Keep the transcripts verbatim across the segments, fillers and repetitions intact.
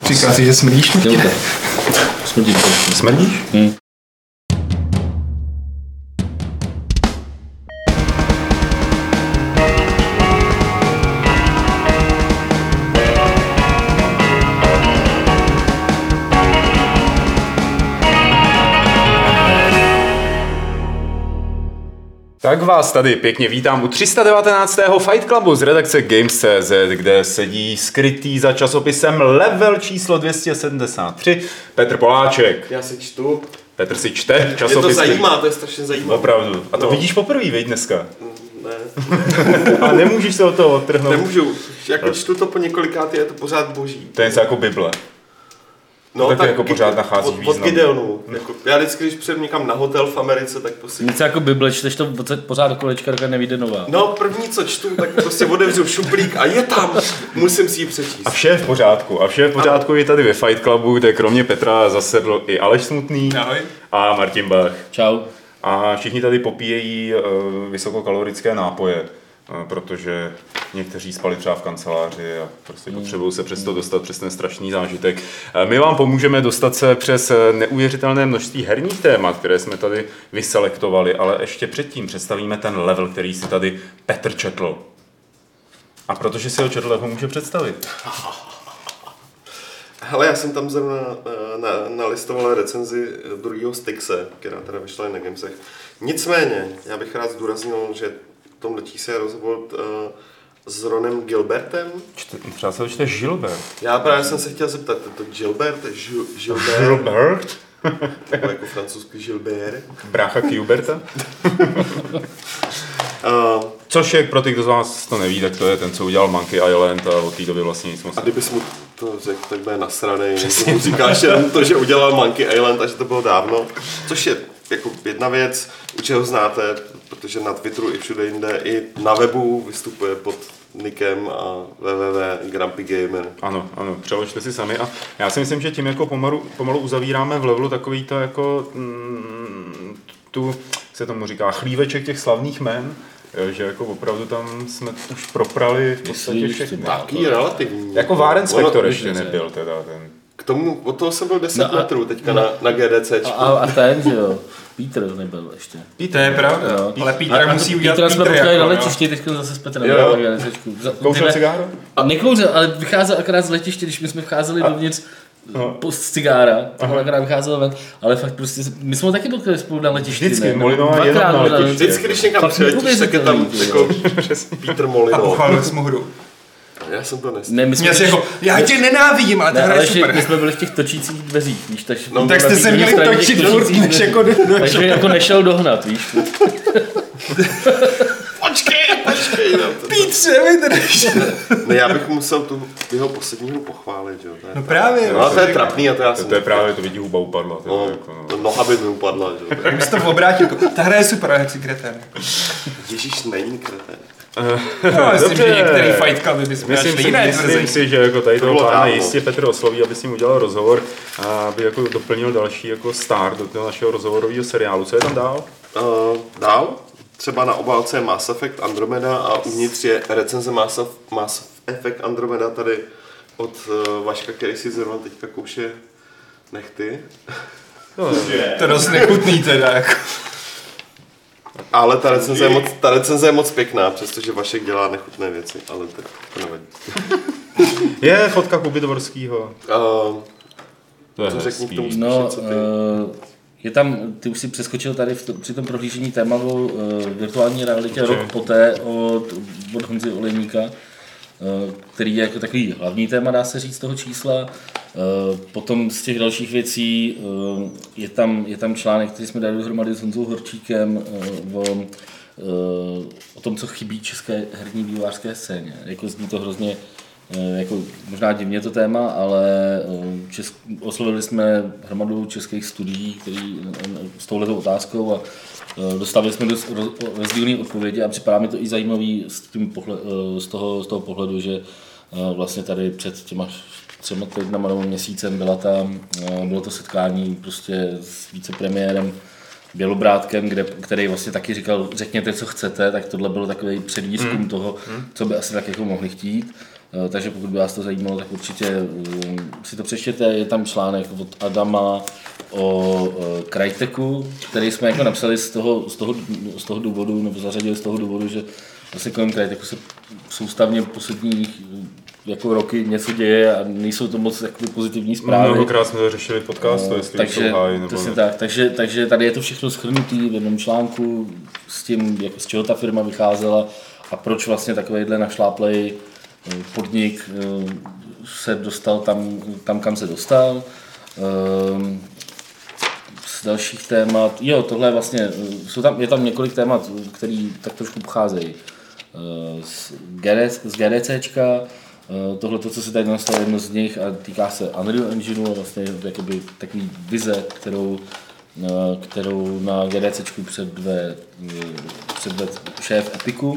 Říká si, že smrdíš? Smrdíš. Smrdíš? Hmm. Tak vás tady pěkně vítám u tři sta devatenáctého Fight Clubu z redakce Games tečka cé zet, kde sedí skrytý za časopisem Level číslo dvě stě sedmdesát tři Petr Poláček. Já si čtu. Petr si čte časopis. Mě to zajímá, to je strašně zajímavé. Opravdu. A to no. Vidíš poprvé, veď dneska? Ne. A nemůžeš se od toho odtrhnout? Nemůžu. Jako čtu to po několikátý, je to pořád boží. To je něco jako Bible. No, tak, tak jako pořád nacházíš od, význam. Od Gideonu. Jako, já vždycky, když přijedu někam na hotel v Americe, tak prostě... Něco jako Bible, čteš to pořád do kolečka, dokud nevyjde nová. No, první, co čtu, tak prostě otevřu šuplík a je tam. Musím si ji přečíst. A vše je v pořádku. A vše je v pořádku i tady ve Fight Clubu, kde kromě Petra zasedl i Aleš Smutný. Ahoj. A Martin Bach. Čau. A všichni tady popíjejí uh, vysokokalorické nápoje, uh, protože někteří spali třeba v kanceláři a prostě potřebují se přes to dostat přes ten strašný zážitek. Uh, my vám pomůžeme dostat se přes neuvěřitelné množství herních témat, které jsme tady vyselektovali, ale ještě předtím představíme ten level, který si tady Petr četl. A protože si ho četl, ho může představit. Hele, já jsem tam zrovna na, nalistoval recenzi druhého Styxe, která teda vyšla i na Gamesech. Nicméně, já bych rád zdůraznil, že v tom letí se rozhovor uh, s Ronem Gilbertem. Čte, třeba se to čte Gilbert. Já právě jsem se chtěl zeptat, to Gilbert, Žil, Gilbert? Gilbert? Jako, jako francouzský Gilbert. Brácha Gilberta? uh, Což je, pro ty, kdo z vás to neví, tak to je ten, co udělal Monkey Island a od té doby vlastně nic moc. A kdybys mu to řekl, tak bude nasranej. Mu říkáš jen to, že udělal Monkey Island a že to bylo dávno. Což je jako jedna věc, u čeho znáte, protože na Twitteru i všude jinde, i na webu vystupuje pod nickem a www tečka grumpy gamer. Ano, ano, přeložte si sami a já si myslím, že tím jako pomalu, pomalu uzavíráme v levelu takový to jako mm, tu, se tomu říká, chlíveček těch slavných jmen, že jako opravdu tam jsme už proprali v podstatě všechny. Taký relativní. Jako Warren Spector ještě nebyl teda ten. K tomu, od toho jsem byl deset no a, metrů teďka no, na, na GDCčku. A, a ten, že jo, Peter nebyl ještě. To je pravda, no. Ale Peter a, musí a udělat Petra jsme Peter potkali jako, na no. letišti, teďka zase s Petrem Jo. na GDCčku. Kouřil cigáro? A nekouřil, ale vycházel akorát z letiště, když my jsme vcházeli dovnitř z cigára, tohle akorát vycházelo ven, ale fakt prostě, my jsme taky potkali spolu na letišti. Vždycky, Molinová je na letišti. Vždycky, když někam přiletíš, tak je tam jako Peter Molino. A pochválil jsi mu hru. Já jsem to nesl. Ne, my jsme Mě si jako, já tě nenávidím, ale ta ne, hra ale je super. my jsme byli v těch točících dveřích, víš, takže... No, Tak jste se měli točit furt, než jako došel. Takže jako nešel dohnat, víš. Počkej, počkej. No, Pítře, vydrž. Ne, já bych musel tu jeho poslední hru pochválit, jo. No právě, No, to je trapný a to já To, jsem... to je právě, to vidí huba upadla. To No, je jako, no. noha by mi upadla, že jo. tak bys to obrátil. Ta hra je super, jak si kretén. Ježíš, není kreten. No, myslím, Dobře. že některý Fight Cluby bys měl Myslím, šli si, jiné myslím tvrzení. si, že jako tady toho bylo pána dávno. jistě Petr osloví, aby s ním udělal rozhovor a aby jako doplnil další jako star do toho našeho rozhovorového seriálu. Co je tam dál? Uh, dál? Třeba na obálce je Mass Effect Andromeda a uvnitř je recenze Mass, of, Mass Effect Andromeda tady od uh, Vaška, který si zrovna teďka kouše nechty. No, To dost nechutný teda, jako. Ale ta recenze, je moc, ta recenze je moc pěkná, přestože Vašek dělá nechutné věci, ale tak to nevadí. je fotka Kuby Dvorskýho. Uh, To je Co řekni k tomu hezký. No, co ty? uh, je tam, ty už si přeskočil tady v to, při tom prohlížení tématu uh, virtuální realitě Dobře. rok poté od, od Honzy Olejníka, uh, který je jako takový hlavní téma, dá se říct, toho čísla. Uh, potom z těch dalších věcí uh, je, tam, je tam článek, který jsme dali dohromady s Honzou Horčíkem uh, o, uh, o tom, co chybí české herní vývojářské scéně. Jako zní to hrozně jako možná divně to téma, ale česk, oslovili jsme hromadu českých studií, který s touhletou otázkou a dostali jsme dost rozdílné odpovědi a připadá mi to i zajímavý z, tím pohled, z, toho, z toho pohledu, že vlastně tady před těma třema týdnama nebo měsícem byla tam, bylo to setkání prostě s vicepremiérem Bělobrádkem, kde, který vlastně taky říkal, řekněte, co chcete, tak tohle bylo takový předvýzkum mm. toho, co by asi tak jako mohli chtít. takže pokud by vás to zajímalo, tak určitě si to přečtěte. Je tam článek od Adama o Cryteku, který jsme jako napsali z toho, z toho, z toho důvodu, nebo zařadili z toho důvodu, že vlastně kolem Cryteku se soustavně posledních jako roky něco děje a nejsou to moc pozitivní zprávy. Mnohokrát jsme to řešili v podcastu, jestli takže, jsou háji nebo ne. Tak, takže, takže tady je to všechno shrnutý v jednom článku s tím, jako z čeho ta firma vycházela a proč vlastně takovejhle našláplej podnik se dostal tam, tam kam se dostal. Z dalších témat, jo, tohle je vlastně, jsou tam, je tam několik témat, který tak trošku pocházejí z, z GDCčka. Tohle, to, co se tady nastalo, jedno z nich a týká se Unreal Engineu a vlastně jakoby takový vize, kterou, kterou na GDCčku předve, předve šéf Epiku.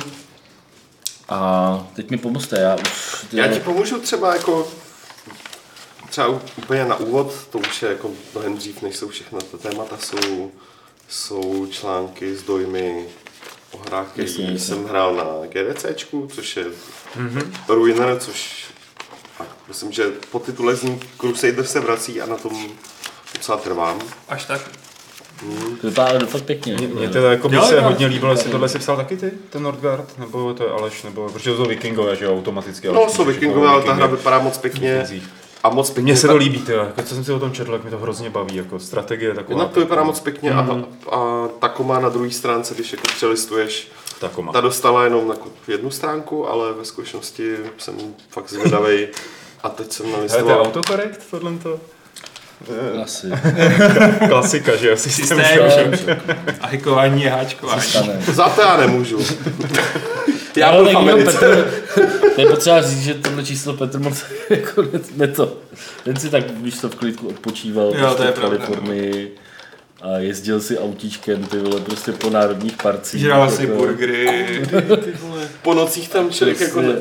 A teď mi pomozte, já už... Já ti pomůžu třeba jako třeba úplně na úvod, to už je jako mnohem dřív, než jsou všechna ta témata, jsou, jsou články s dojmy o hrách, který jsem hrál na GDCčku, což je mm-hmm. Ruiner, což a myslím, že podtitulek zní Crusader se vrací a na tom docela trvám. Až tak? Hmm. To vypadá fakt pěkně. Mně teda jako by se hodně líbilo, jestli tohle si psal taky ty, ten Nordgard, nebo to je Aleš, nebo protože to jsou vikingové, že jo, automaticky. No, jsou vikingové, ale ta hra vypadá moc pěkně. A moc pěkně. Mně se to líbí, tyjo. Jako, co jsem si o tom četl, jak mi to hrozně baví, jako strategie taková. Jednak to vypadá moc pěkně mm-hmm. a, a Takoma na druhé stránce, když jako přelistuješ, Takoma. Ta dostala jenom jako jednu stránku, ale ve skutečnosti jsem fakt zvědavej a teď jsem nalistoval. Ale to je autokorekt, tohle to? Asi. Klasika, že jo, systém. A hackování je háčkování. Za to já nemůžu. Já no, byl v Americe. To je potřeba říct, že tohle číslo Petr moc jako ne, ne to. Ten si tak, víš to, v klidku odpočíval jo, to je v Kalifornii a jezdil si autíčkem, ty vole, prostě po národních parcích. Žral jako, si burgery. Ty vole. Po nocích tam člověk jako ne...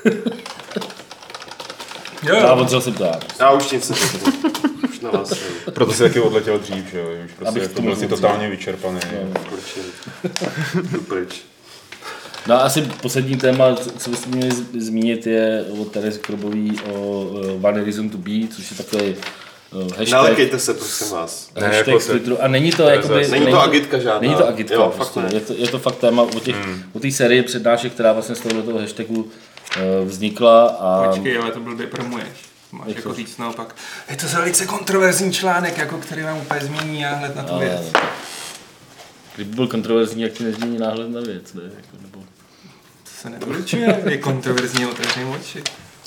Jo, já odřel si ptát. Já už nic neřeknu. Už na vás. Proto si taky odletěl dřív, že jo, už prostě Abych jako byl si totálně vyčerpaný. Jdu pryč. No a asi poslední téma, co byste měli zmínit, je od Terezy Krobový o One Reason to Be, což je takový hashtag. Nalekejte se, prosím vás. Hashtag ne, jako Twitteru. A není to jakoby... Není to agitka žádná. Není to agitka, jo, prostě. Je to, je to fakt téma o těch, hmm. o té sérii přednášek, která vlastně z tohoto hashtagu uh, vznikla a... Počkej, ale to blbě promuješ. Máš je jako to... říct naopak. Je to velice kontroverzní článek, jako který vám úplně změní náhled na tu ale, věc. Kdyby byl kontroverzní, jak ti nezmění náhled na věc, ne? Jako, nebo... To se nedoručuje, je kontroverzní otevřený oči.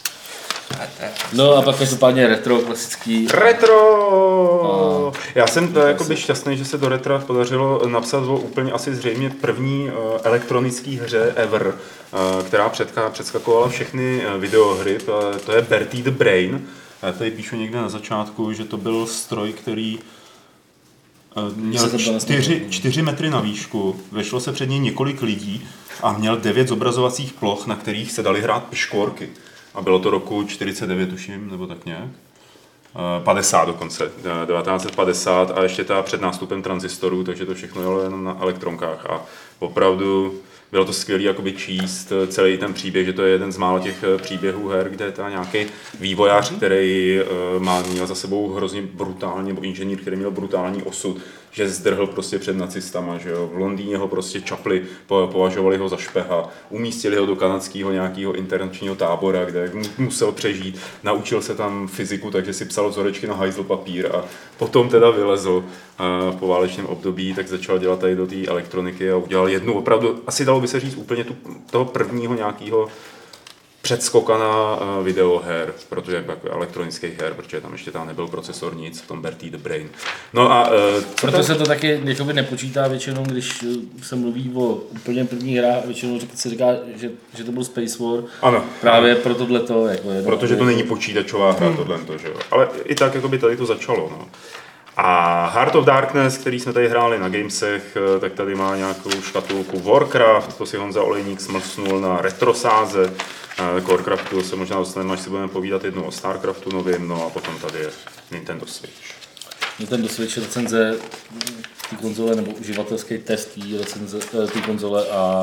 No a pak každopádně retro, klasický. Retro! A... Já jsem jakoby šťastný, že se do retra podařilo napsat o úplně asi zřejmě první uh, elektronické hře ever, uh, která předka, předskakovala všechny uh, videohry, uh, to je Bertie the Brain. Já tady píšu někde na začátku, že to byl stroj, který uh, měl čtyři, čtyři metry na výšku, vešlo se před něj několik lidí a měl devět zobrazovacích ploch, na kterých se daly hrát piškvorky. A bylo to roku čtyřicet devět, tuším, nebo tak nějak. padesát dokonce, devatenáct set padesát a ještě ta před nástupem tranzistorů, takže to všechno jelo jenom na elektronkách. A opravdu bylo to skvělé jakoby číst celý ten příběh, že to je jeden z mála těch příběhů her, kde je nějaký vývojář, který má, měl za sebou hrozně brutální, nebo inženýr, který měl brutální osud, že zdrhl prostě před nacistama, že jo. V Londýně ho prostě čapli, považovali ho za špeha, umístili ho do kanadského nějakého internačního tábora, kde musel přežít, naučil se tam fyziku, takže si psal vzorečky na hajzl papír a potom teda vylezl v poválečném období, tak začal dělat tady do té elektroniky a udělal jednu opravdu, asi dalo by se říct úplně tu, toho prvního nějakého předskoka na videoher, protože jako elektronických her, protože tam ještě tam nebyl procesor nic, v tom Bertie the Brain. No a uh, proto to... se to taky jakoby nepočítá většinou, když se mluví o úplně prvních hrách, většinou se říká, že, že to byl Space War. Ano. Právě pro tohleto. Jako protože to není počítačová hra, hmm. tohle, že jo. Ale i tak jakoby tady to začalo, no. A Heart of Darkness, který jsme tady hráli na Gamesech, tak tady má nějakou škatulku Warcraft, to si Honza Olejník smrsnul na retrosáze. K Warcraftu se možná dostaneme, až si budeme povídat jednou o Starcraftu novým, no a potom tady je Nintendo Switch. Nintendo Switch recenze té konzole, nebo uživatelský test té konzole a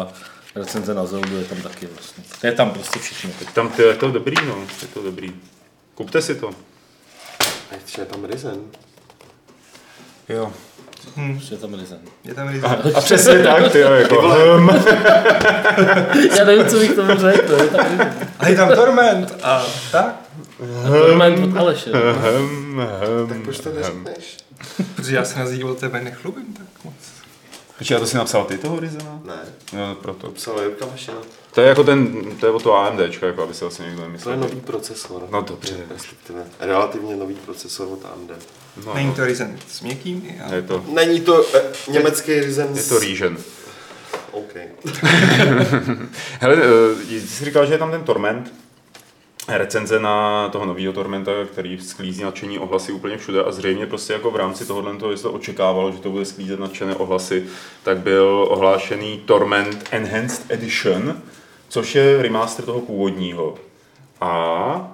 recenze na Zeldu je tam taky vlastně. To je tam prostě všechno. Tak tam to je to dobrý, no, je to dobrý. Kupte si to. A ještě je tam Risen. Jo. Hmm. Je tam Risen. Je tam Risen. A přesně tak, ty jo, jako. Um. Já nevím, co bych tomu řekl, je tam Risen. A je tam Torment a tak? Torment od Aleše. Tak proč to neřekneš? Protože já se na rozdíl od tebe nechlubím tak moc. Počkej, já to si napsal ty toho Rizena? Ne, Jo, proto. psala Jirka Vašina. To je jako ten, to je o to AMDčko, jako aby se vlastně někdo To nemyslel. je nový procesor. No dobře. Respektive relativně nový procesor od A M D. No, Není no. to Risen s měkkým? Já. Je to, Není to eh, německý Risen. je to Ryzen. OK. Hele, ty jsi říkal, že je tam ten Torment, recenze na toho nového Tormenta, který sklízí nadšení ohlasy úplně všude a zřejmě prostě jako v rámci tohohle toho, jestli to očekávalo, že to bude sklízet nadšené ohlasy, tak byl ohlášený Torment Enhanced Edition, což je remaster toho původního. A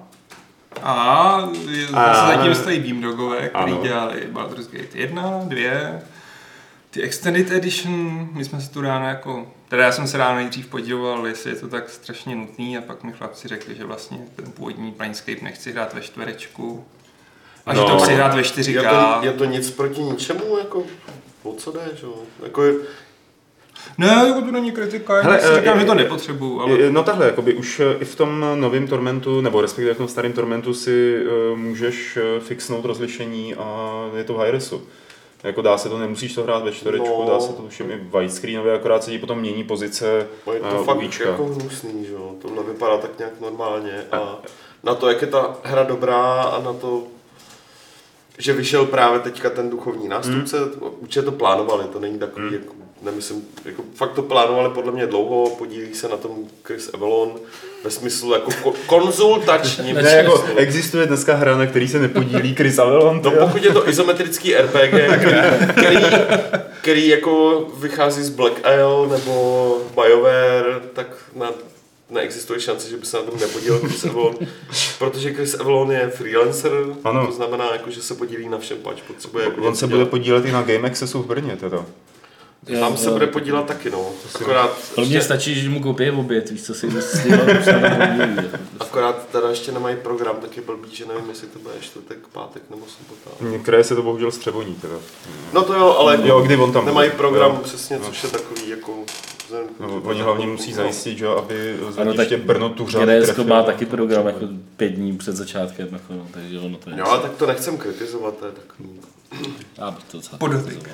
A je- A- zase zatím stojí Beamdogové, který Ano. dělali Baldur's Gate jedna, dvě, ty Extended Edition, my jsme se tu ráno jako, teda já jsem se ráno nejdřív podíval, jestli je to tak strašně nutný a pak mi chlapci řekli, že vlastně ten původní Planescape nechci hrát ve čtverečku a No. že to chci hrát ve čtyři Je ká. to, je to nic proti ničemu, jako o co jde, že jo? Jako je, Ne, jako to není kritika, Hele, já si říkám, eh, že to nepotřebuju, ale... no takhle, jakoby už i v tom novém Tormentu, nebo respektive v tom starém Tormentu si uh, můžeš uh, fixnout rozlišení a je to v high-resu. Jako dá se to, nemusíš to hrát ve čtverečku, No. dá se to tuším i widescreenově, akorát se ti potom mění pozice je to uh, fakt uvíčka. jako hnusný, že jo? Tohle vypadá tak nějak normálně a na to, jak je ta hra dobrá a na to, že vyšel právě teďka ten duchovní nástupce, hmm. určitě to plánovali, to není takový, hmm. jako, nemyslím, jako fakt to plánovali podle mě dlouho, podílí se na tom Chris Avellone ve smyslu jako ko- konzultační. Ne, jako existuje dneska hra, na který se nepodílí Chris Avellone. No pokud je to izometrický R P G, který, který, který jako vychází z Black Isle nebo BioWare, tak na, neexistuje šance, že by se na tom nepodílel Chris Avellone, protože Chris Avellone je freelancer, Ano. to znamená, jako, že se podílí na všem, pač potřebuje jako On něco se bude dělat. podílet i na Game Accessu v Brně teda. Tam se bude podílet taky, no. Akorát, Pro mě ještě, stačí, že mu koupí oběd, víš co si s tím už se tam podílí. akorát teda ještě nemají program, tak je blbý, že nevím, jestli to bude čtvrtek, pátek nebo sobota. Některé se to bohužel střeboní teda. No to jo, ale Jo, kdy on tam nemají bude. program Jo. přesně, což je takový jako... No, oni hlavně musí zajistit, že, aby Ano, zletiště tak Brno Tuřany G D S trefilo. má taky program jako pět dní před začátkem, jako, no, takže ono to je... Jo, ale tak to nechcem kritizovat, to je takový... Já bych to docela... Podotýk.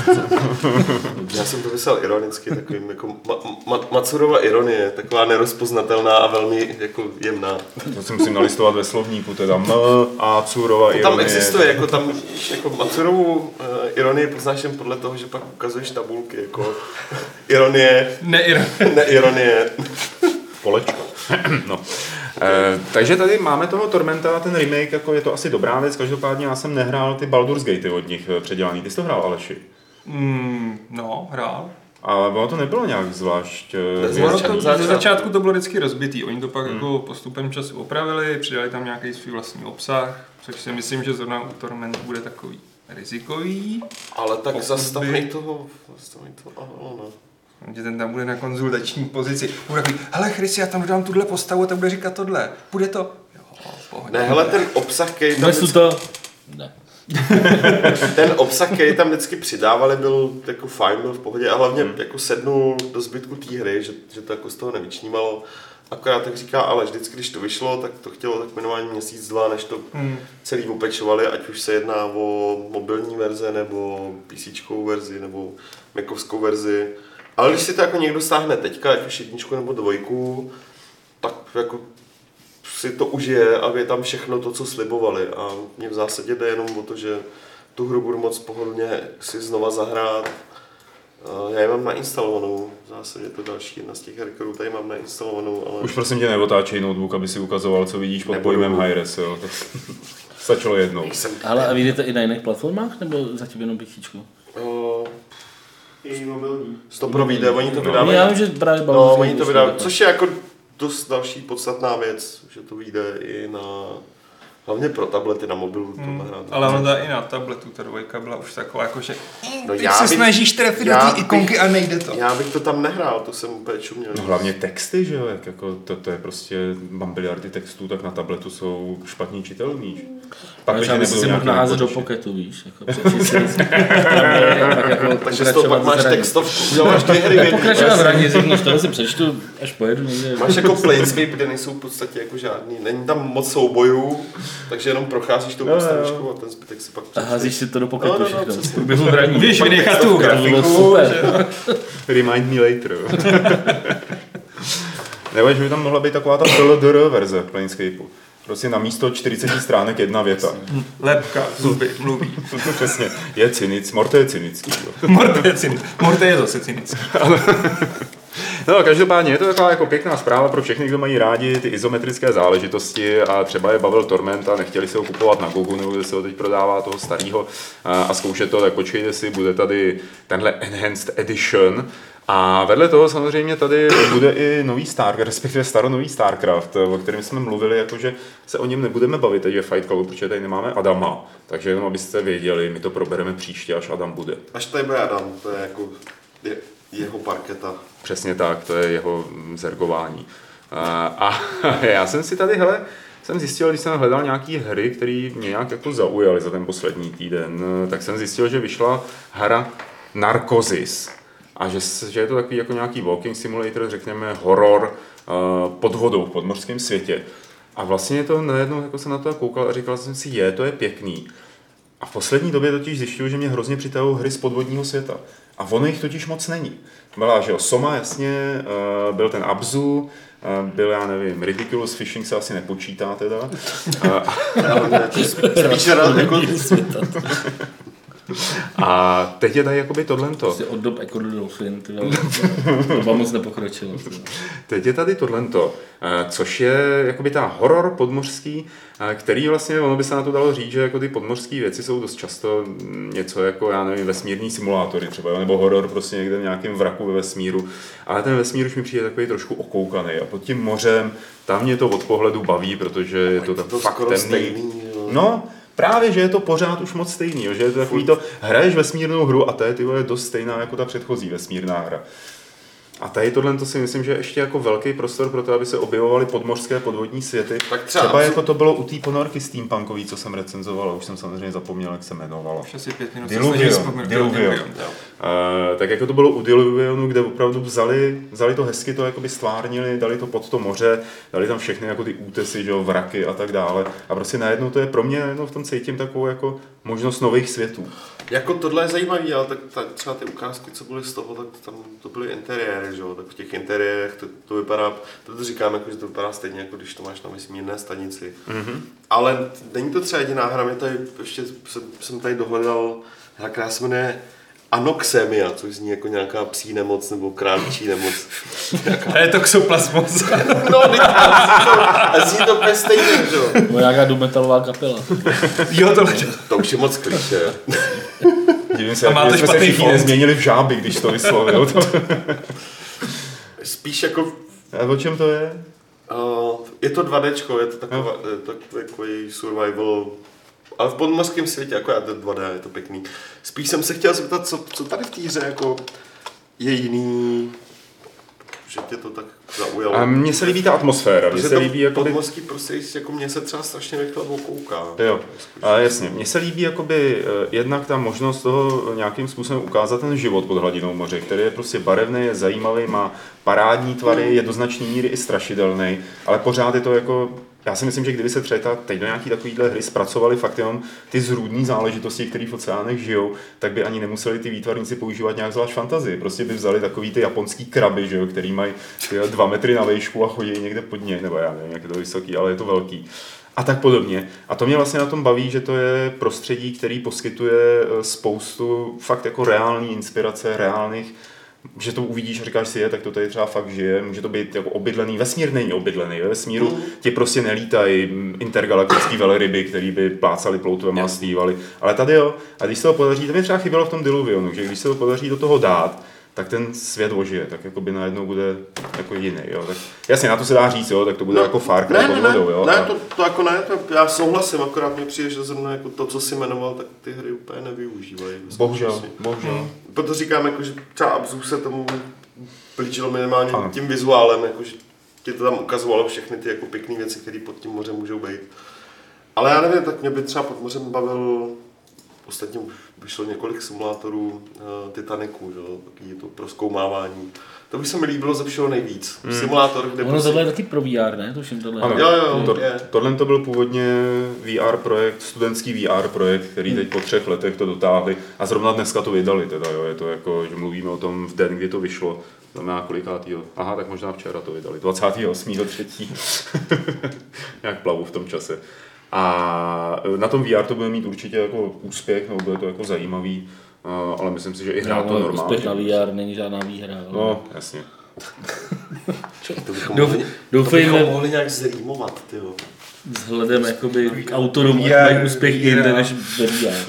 Já jsem to myslel ironicky, takovým jako ma, ma, Matsurova ironie, taková nerozpoznatelná a velmi jako jemná. To si musím nalistovat ve slovníku, teda M a Curova To ironie. tam existuje, jako tam jako Matsurovu uh, ironii poznáš jen podle toho, že pak ukazuješ tabulky, jako ironie, Ne, neironie. Polečko. No. E, takže tady máme toho Tormenta, ten remake, jako je to asi dobrá věc, každopádně já jsem nehrál ty Baldur's Gate od nich předělaný. Ty jsi to hrál, Aleši? mm, no, hrál. Ale ono to nebylo nějak zvlášť... e, Bez Ono začátku- to, ze začátku. začátku to bylo vždycky rozbitý, oni to pak hmm. jako postupem času opravili, přidali tam nějaký svůj vlastní obsah, což si myslím, že zrovna u Tormentu bude takový rizikový. Ale tak Pokud zastavej by- toho, zastavej toho, aha, no. Že ten tam bude na konzultační pozici. Bude takový, hele Chris, já tam dodám tuhle postavu a tak bude říkat tohle. Bude to? Jo, v pohodě. Ne, hele, ten obsah, který tam Vnesu vždycky, to... Ne. ten obsah, který tam vždycky přidávali, byl jako fajn, byl v pohodě a hlavně jako sednul do zbytku té hry, že, že to jako z toho nevyčnímalo. Akorát tak říká, ale vždycky, když to vyšlo, tak to chtělo tak minimálně měsíc, dva, než to Hmm. celý opečovali, ať už se jedná o mobilní verze, nebo PCčkovou verzi, nebo Macovskou verzi. Ale když si to jako někdo stáhne teďka, ať už jedničku nebo dvojku, tak jako si to užije a je tam všechno to, co slibovali. A mně v zásadě jde jenom o to, že tu hru budu moc pohodlně si znova zahrát. A já ji mám nainstalovanou, v zásadě to další jedna z těch her, kterou tady mám nainstalovanou, ale... Už prosím tě neotáčej notebook, aby si ukazoval, co vidíš pod Nebudu. pojmem high-res, jo. To stačilo jednou. Jsem... Ale a vyjdete i na jiných platformách, nebo zatím jenom písíčku? Uh, I mobilní. to pro vyjde, oni to No. vydávají. Já vím, že právě No, Baldur's oni Gate to už vydávají, takhle. což je jako dost další podstatná věc, že to vyjde i na Hlavně pro tablety na mobilu. Hmm, to hrát. ale ono dá i na tabletu, ta dvojka byla už taková jako, že No teď já se bych- snažíš trefit do já té ikonky bych- a nejde to. Já bych to tam nehrál, to jsem úplně čuměl. No hlavně texty, že jo, jak jako to, to je prostě bambiliardy textů, tak na tabletu jsou špatně čitelný. že? Pak, Takže by si mohl nějaký naházet do potíže. poketu, víš, jako přečíst si vždycky tablet, pak jako Takže z toho pak pokračovat máš v hraní. textovku, uděláš ty hry, vědí. Pokračovat v hraní, řekneš, tohle si přečtu, až pojedu někde. Máš jako Planescape, kde nejsou v podstatě jako žádný, není tam moc soubojů, takže jenom procházíš tou Jo, jo. postavičkou a ten zbytek si pak A přečteš. házíš si to do poketu No, no, no, všechno, přesně. v průběhu hraní. Můžeš vynechat tu To bylo grafiku, super. že? Remind me later. Nebo že by tam mohla být taková ta P L D R verze Planescapeu. Prostě na místo čtyřicet stránek jedna věta. Lepka, zuby, mluví. Přesně. Je cynic, Morte je cynický. Jo. Morte je cynický. Morte je zase cynický. No, každopádně je to taková jako pěkná zpráva pro všechny, kdo mají rádi ty izometrické záležitosti a třeba je bavil Torment a nechtěli si ho kupovat na Gogu, nebo kde se ho teď prodává toho starého a, a zkoušet to, tak počkejte si, bude tady tenhle Enhanced Edition. A vedle toho samozřejmě tady bude i nový Star, respektive staronový StarCraft, o kterém jsme mluvili, jakože se o něm nebudeme bavit teď je Fight Clubu, protože tady nemáme Adama. Takže jenom abyste věděli, my to probereme příště, až Adam bude. Až tady bude Adam, to je jako je, jeho parketa. Přesně tak, to je jeho mm, zergování. A, a já jsem si tady, hele, jsem zjistil, když jsem hledal nějaké hry, které mě nějak jako zaujaly za ten poslední týden, tak jsem zjistil, že vyšla hra Narcosis. A že, že je to takový jako nějaký walking simulator, řekněme horor uh, pod vodou v podmořském světě. A vlastně to najednou jako jsem na to koukal a říkal jsem si, je, to je pěkný. A v poslední době totiž zjišťuju, že mě hrozně přitahují hry z podvodního světa. A ono jich totiž moc není. Byla, že jo, Soma, jasně, uh, byl ten Abzu, uh, byl, já nevím, Ridiculous Fishing se asi nepočítá teda. Uh, Ale ne, to je spíš rád jako... a teď je tady jakoby tohleto. Prostě od dob Echo the Dolphin, ty vole, doba moc nepokročila. ty vole. Teď je tady tohleto, eh, což je jakoby ta horor podmořský, eh, který vlastně, ono by se na to dalo říct, že jako ty podmořské věci jsou dost často mm, něco jako, já nevím, vesmírný simulátory třeba, nebo horor prostě někde v nějakém vraku ve vesmíru, ale ten vesmír už mi přijde takový trošku okoukaný a pod tím mořem, tam mě to od pohledu baví, protože je to tak to fakt skoro temný. stejný, jo. No, právě, že je to pořád už moc stejný, jo, že je to takový to, hraješ vesmírnou hru a to je ty vole dost stejná jako ta předchozí vesmírná hra. A tady tohle to si myslím, že je ještě jako velký prostor pro to, aby se objevovaly podmořské podvodní světy. Tak třeba- třeba jako to bylo u té ponorky steampunkový, co jsem recenzoval, a už jsem samozřejmě zapomněl, jak se jmenovalo. Už asi pět minut. Diluvion, Diluvion. Uh, tak jako to bylo u Diluvionu, kde opravdu vzali, vzali to hezky, to jakoby stvárnili, dali to pod to moře, dali tam všechny jako ty útesy, že jo, vraky a tak dále. A prostě najednou to je pro mě, no v tom cítím takovou jako možnost nových světů. Jako tohle je zajímavý, ale tak ta, třeba ty ukázky, co byly z toho, tak tam to byly interiéry, že jo, tak v těch interiérech to, to vypadá, to říkám, jako, že to vypadá stejně, jako když to máš na vesmírné stanici. Mm-hmm. Ale není to třeba jediná hra, mě tady ještě jsem, jsem tady dohledal hra, která se jmenuje Anoxemia, což zní jako nějaká psí nemoc nebo králíčí nemoc. To je toxoplasmos. No, teď a zní to úplně stejně, že jo. Nebo nějaká dumetalová kapela. Jo, tohle. To už je moc klišé. Divím se, A máte jak jsme se špatný všichni fond. nezměnili v žáby, když to vyslovil. Spíš jako A o čem to je? Uh, je to dva déčko, je to taková, je to takový survival, ale v podmořském světě, jako já to dva dé, je to pěkný. Spíš jsem se chtěl zeptat, co, co tady v té hře jako je jiný, že tě to tak zaujalo. A mně se líbí ta atmosféra, mně Protože se to líbí jako podmořský prostředí, jako mně se třeba strašně rychle okouká. Jo, a jasně. Mně se líbí jakoby eh, jednak ta možnost toho nějakým způsobem ukázat ten život pod hladinou moře, který je prostě barevný, je zajímavý, má parádní tvary, je do značné míry i strašidelný, ale pořád je to jako, já si myslím, že kdyby se třeba teď do nějaký takovýhle hry zpracovali fakt jenom ty zrůdné záležitosti, které v oceánech žijou, tak by ani nemuseli ty výtvarníci používat nějak zvlášť fantazii. Prostě by vzali takový ty japonský kraby, že jo, který mají ty dva metry na výšku a chodí někde pod ně, nebo já nevím, jak je to vysoký, ale je to velký. A tak podobně. A to mě vlastně na tom baví, že to je prostředí, který poskytuje spoustu fakt jako reální inspirace, reálných, že to uvidíš a říkáš si, je, tak to tady třeba fakt žije, může to být jako obydlený, vesmír není obydlený, ve vesmíru mm. ti prostě nelítají intergalaktický velryby, který by plácali ploutvem a stývali, ale tady jo, a když se to podaří, to mi třeba chybělo v tom Diluvionu, že když se to podaří do toho dát, tak ten svět ožije, tak jako by najednou bude jako jiný, jo. Tak, jasně, na to se dá říct, jo, tak to bude no, jako Far Cry ne, pod ne, vodou, jo. Ne, a... to, to jako ne, to já souhlasím, akorát mě přijde, že zrovna jako to, co jsi jmenoval, tak ty hry úplně nevyužívají. Bohužel, bohužel. Hmm. Proto říkám, jako, že třeba Abzu se tomu plíčilo minimálně ano. tím vizuálem, jako, že ti to tam ukazovalo všechny ty jako pěkné věci, které pod tím mořem můžou být. Ale já nevím, tak mě by třeba pod mořem bavil, ostatně už vyšlo několik simulátorů uh, Titanicu, že? Taky je to prozkoumávání. To by se mi líbilo ze všeho nejvíc. Hmm. Simulátor, kde ono prostě... tohle je taky pro V R, ne? Tuším tohle. Ano, jo, jo, to, je. tohle to byl původně V R projekt, studentský V R projekt, který teď po třech letech to dotáhli a zrovna dneska to vydali teda, jo. Je to jako, že mluvíme o tom v den, kdy to vyšlo. Znamená kolikátýho? Aha, tak možná včera to vydali, dvacátého osmého třetího Jak plavu v tom čase. A na tom V R to bude mít určitě jako úspěch, nebo bude to jako zajímavý, ale myslím si, že i hrát no, to normálně. Úspěch na V R není žádná výhra. Ale... No, jasně. To bychom mohli, Doufejme, to bychom mohli nějak zrýmovat, tyjo. Vzhledem jakoby k autorům, V R, mají úspěch jinde než ve V R.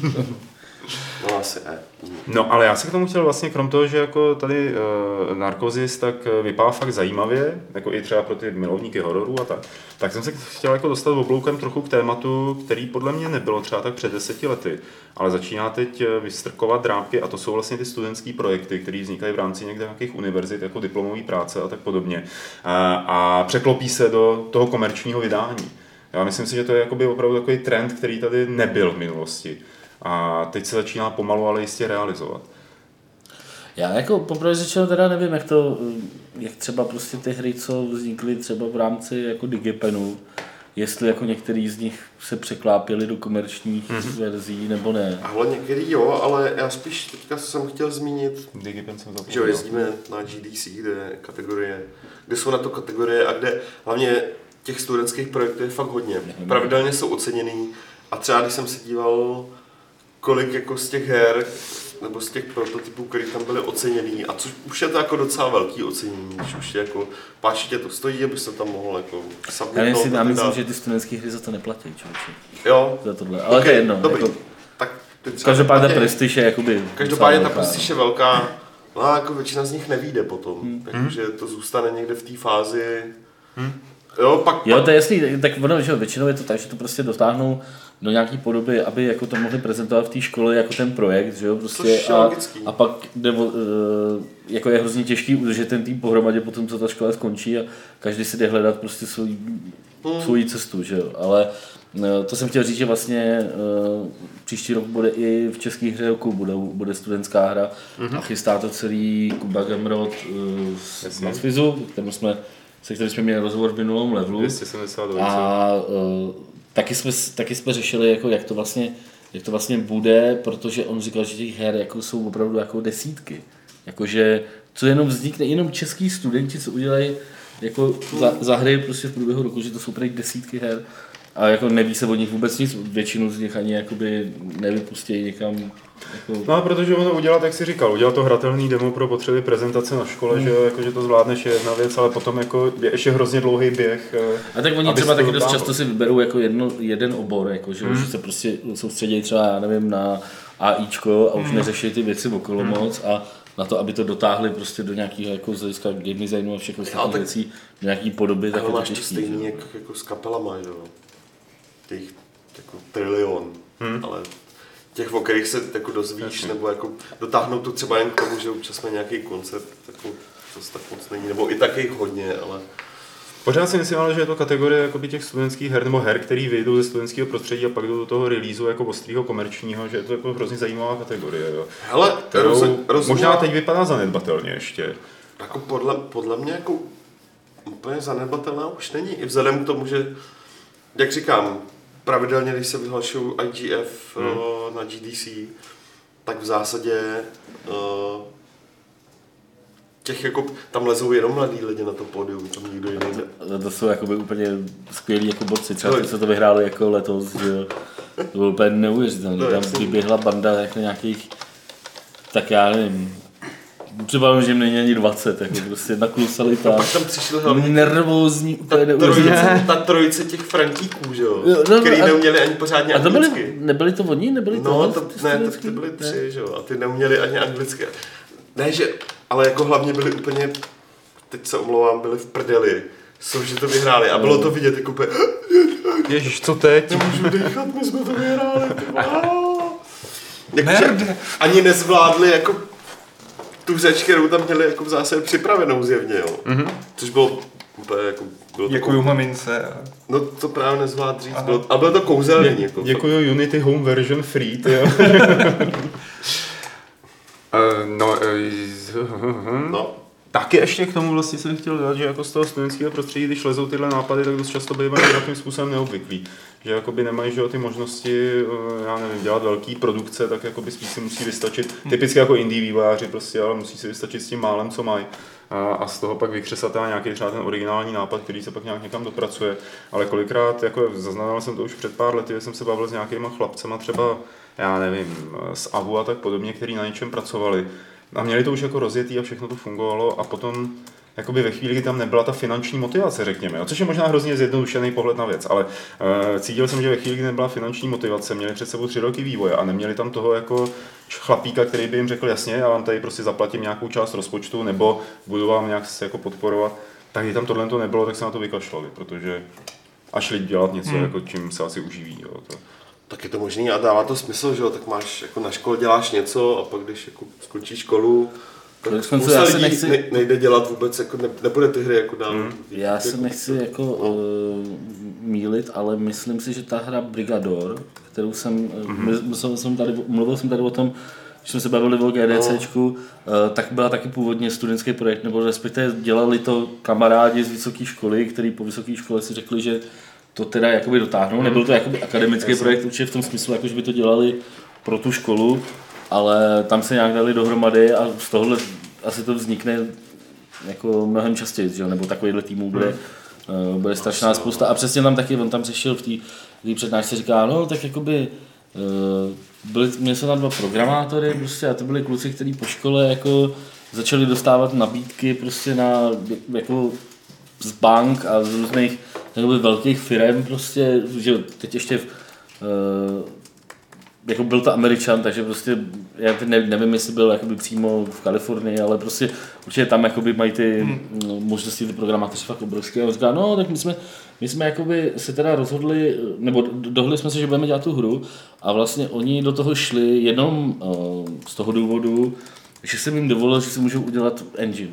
No asi ne. No, ale já se k tomu chtěl vlastně, krom toho, že jako tady uh, Narcosis tak vypadá fakt zajímavě, jako i třeba pro ty milovníky hororů a tak, tak jsem se chtěl jako dostat obloukem trochu k tématu, který podle mě nebylo třeba tak před deseti lety, ale začíná teď vystrkovat drápky a to jsou vlastně ty studentské projekty, které vznikají v rámci někde nějakých univerzit, jako diplomové práce a tak podobně. A, a překlopí se do toho komerčního vydání. Já myslím si, že to je jakoby opravdu takový trend, který tady nebyl v minulosti. A teď se začíná pomalu, ale jistě realizovat. Já jako poprvé řečeno teda nevím, jak to, jak třeba prostě ty hry, co vznikly třeba v rámci jako Digipenu, jestli jako některý z nich se překlápěli do komerčních mm-hmm. verzí, nebo ne. Ale některý jo, ale já spíš teďka jsem chtěl zmínit, Digipen jsem že jo, jezdíme na G D C, kde je kategorie, kde jsou na to kategorie a kde hlavně těch studentských projektů je fakt hodně. Pravidelně jsou oceněný a třeba když jsem se díval, kolik jako z těch her, nebo z těch prototypů, které tam byly oceněný, a což už je to jako docela velký ocenění, když už je jako, páči tě to stojí, abys to tam mohl jako submitnout. Já nevím, já myslím, že ty studentské hry za to neplatí, člověče. Jo. Za tohle, ale okay, to je jedno. Dobrý. Jako, tak ty třeba každopádně ta prestiž je jakoby... Každopádně ta prestiž je velká, no a jako většina z nich nevyjde potom, hmm. takže to zůstane někde v té fázi. Hmm. Jo, pak, jo, pak... to je jasný, tak ono, že většinou je to tak, že to prostě dotáhnou do nějaký podoby, aby jako to mohli prezentovat v té škole jako ten projekt, že jo, prostě a, a pak nebo, jako je hrozně těžký udržet ten tým pohromadě potom, co ta škola skončí a každý si jde hledat prostě svou, hmm. svou cestu, že jo, ale to jsem chtěl říct, že vlastně příští rok bude i v české hře roku, bude, bude studentská hra mm-hmm. a chystá to celý Kuba Gamrod z Matfizu, kterým jsme se kterým jsme měli rozhovor v minulém levelu. dvě stě sedmdesát dva A uh, taky, jsme, taky jsme řešili, jako, jak, to vlastně, jak to vlastně bude, protože on říkal, že těch her jako, jsou opravdu jako desítky. Jakože co jenom vznikne, jenom český studenti, co udělají jako za, za hry prostě v průběhu roku, že to jsou prý desítky her. A jako neví se o nich vůbec nic, většinu z nich ani jakoby nevypustí někam. Jako... No, protože ono udělat, jak jsi říkal, udělat to hratelný demo pro potřeby prezentace na škole, mm. že, jako, že to zvládneš je jedna věc, ale potom jako je ještě hrozně dlouhý běh. A tak oni třeba taky dost často si vyberou jako jedno, jeden obor, jako, že, mm. že se prostě soustředí třeba, já nevím, na AIčko a už mm. neřeší ty věci okolo mm. moc a na to, aby to dotáhli prostě do nějakého jako z hlediska game designu a všechno ostatních tak... věcí, do nějaký podoby. Ale máš to stejný jako, jako s kapelama, že jo. Těch jako trilion, hmm. ale těch, o kterých se jako dozvíš, Jasně. nebo jako dotáhnout to třeba jen k tomu, že občas má nějaký koncert, jako to tak moc není, nebo i tak jich hodně, ale... Pořád si myslím, ale, že je to kategorie jakoby těch studentských her, nebo her, který vyjdou ze studentského prostředí a pak jdou do toho releaseu jako ostrýho komerčního, že je to jako hrozně zajímavá kategorie, jo. Hele, roz, roz, možná teď vypadá zanedbatelně ještě. Jako podle, podle mě jako úplně zanedbatelná už není, i vzhledem k tomu, že jak říkám, pravidelně, když se vyhlašují I G F hmm. uh, na G D C, tak v zásadě uh, těch jako, tam lezou jenom mladí lidi na to pódium, tam nikdo jiný ne. To, to jsou jakoby úplně skvělí jako borci, třeba ty, co to vyhráli jako letos, že to bylo úplně neuvěřitelné, tam vyběhla banda jako nějakých, tak já nevím, třeba že mě není ani dvacet, jako prostě naklusali tam. A pak tam přišli hlavně nervózní, úplně neuvěřitelné. Ta trojice těch Frantíků, že jo, jo no, který a, neuměli ani pořádně a to anglicky. Byli, nebyli to oni, nebyli to No, to, ne, tak ty byli tři, že jo, a ty neuměli ani anglicky. Ne, že, ale jako hlavně byli úplně, teď se omlouvám, byli v prdeli, jsou, že to vyhráli a bylo to vidět jako úplně, Ježiš, co teď? nemůžu dechat, my jsme to vyhráli, Jakože ani nezvládli jako tu řeč, kterou tam měli jako v zásadě připravenou zjevně, jo. Mm-hmm. Což bylo úplně jako... Bylo Děkuju mamince. A... No to právě nezvlád říct, bylo, a bylo to kouzelný. Dě, jako, děkuju Unity Home Version Free, ty jo. uh, no, uh, no. Taky ještě k tomu vlastně jsem chtěl dát, že jako z toho studentského prostředí, když lezou tyhle nápady, tak dost často bývají nějakým způsobem neobvyklý. Že jakoby nemají, že jo, ty možnosti, já nevím, dělat velký produkce, tak jakoby spíš si musí vystačit, typicky jako indie vývojáři prostě, ale musí si vystačit s tím málem, co mají. A, a z toho pak vykřesat nějaký třeba ten originální nápad, který se pak nějak někam dopracuje. Ale kolikrát, jako zaznamenal jsem to už před pár lety, jsem se bavil s nějakýma chlapcema třeba, já nevím, z Avu a tak podobně, který na něčem pracovali. A měli to už jako rozjetý a všechno to fungovalo a potom jakoby ve chvíli, kdy tam nebyla ta finanční motivace, řekněme, což je možná hrozně zjednodušený pohled na věc, ale uh, cítil jsem, že ve chvíli, kdy nebyla finanční motivace, měli před sebou tři roky vývoje a neměli tam toho jako chlapíka, který by jim řekl jasně, já vám tady prostě zaplatím nějakou část rozpočtu nebo budu vám nějak se jako podporovat, tak když tam tohle to nebylo, tak se na to vykašlali, protože a šli dělat něco, hmm. jako čím se asi uživí. Jo, to. Tak je to možný a dává to smysl, že jo, tak máš jako na škole děláš něco a pak když jako skončíš školu, tak spousta lidí nechci... ne, nejde dělat vůbec, jako ne, nepůjde ty hry jako dál. Hmm. Já se nechci jako uh, mílit, ale myslím si, že ta hra Brigador, kterou jsem, hmm. jsem tady, mluvil jsem tady o tom, když jsme se bavili o GDCčku, no. uh, tak byla taky původně studentský projekt, nebo respektive dělali to kamarádi z vysoké školy, kteří po vysoké škole si řekli, že to teda jakoby dotáhnou. Nebyl to jakoby akademický Jasně. projekt určitě v tom smyslu, jako že by to dělali pro tu školu, ale tam se nějak dali dohromady a z tohohle asi to vznikne jako mnohem častěji, že? Nebo takovýhle týmů bude, hmm. uh, bude strašná spousta. A přesně tam taky, on tam řešil v té přednášce, říká, no tak jakoby uh, byli, měli se tam dva programátory prostě, a to byli kluci, kteří po škole jako začali dostávat nabídky prostě na jako z bank a z různých jakoby velkých firem prostě, že teď ještě v, uh, jako byl to Američan, takže prostě já teď ne, nevím, jestli byl jakoby přímo v Kalifornii, ale prostě určitě tam jakoby mají ty hmm. možnosti, ty programátoři fakt obrovské. A on říká, no tak my jsme, my jsme jakoby se teda rozhodli, nebo dohodli jsme se, že budeme dělat tu hru a vlastně oni do toho šli jenom uh, z toho důvodu, že jsem jim dovolil, že si můžou udělat engine.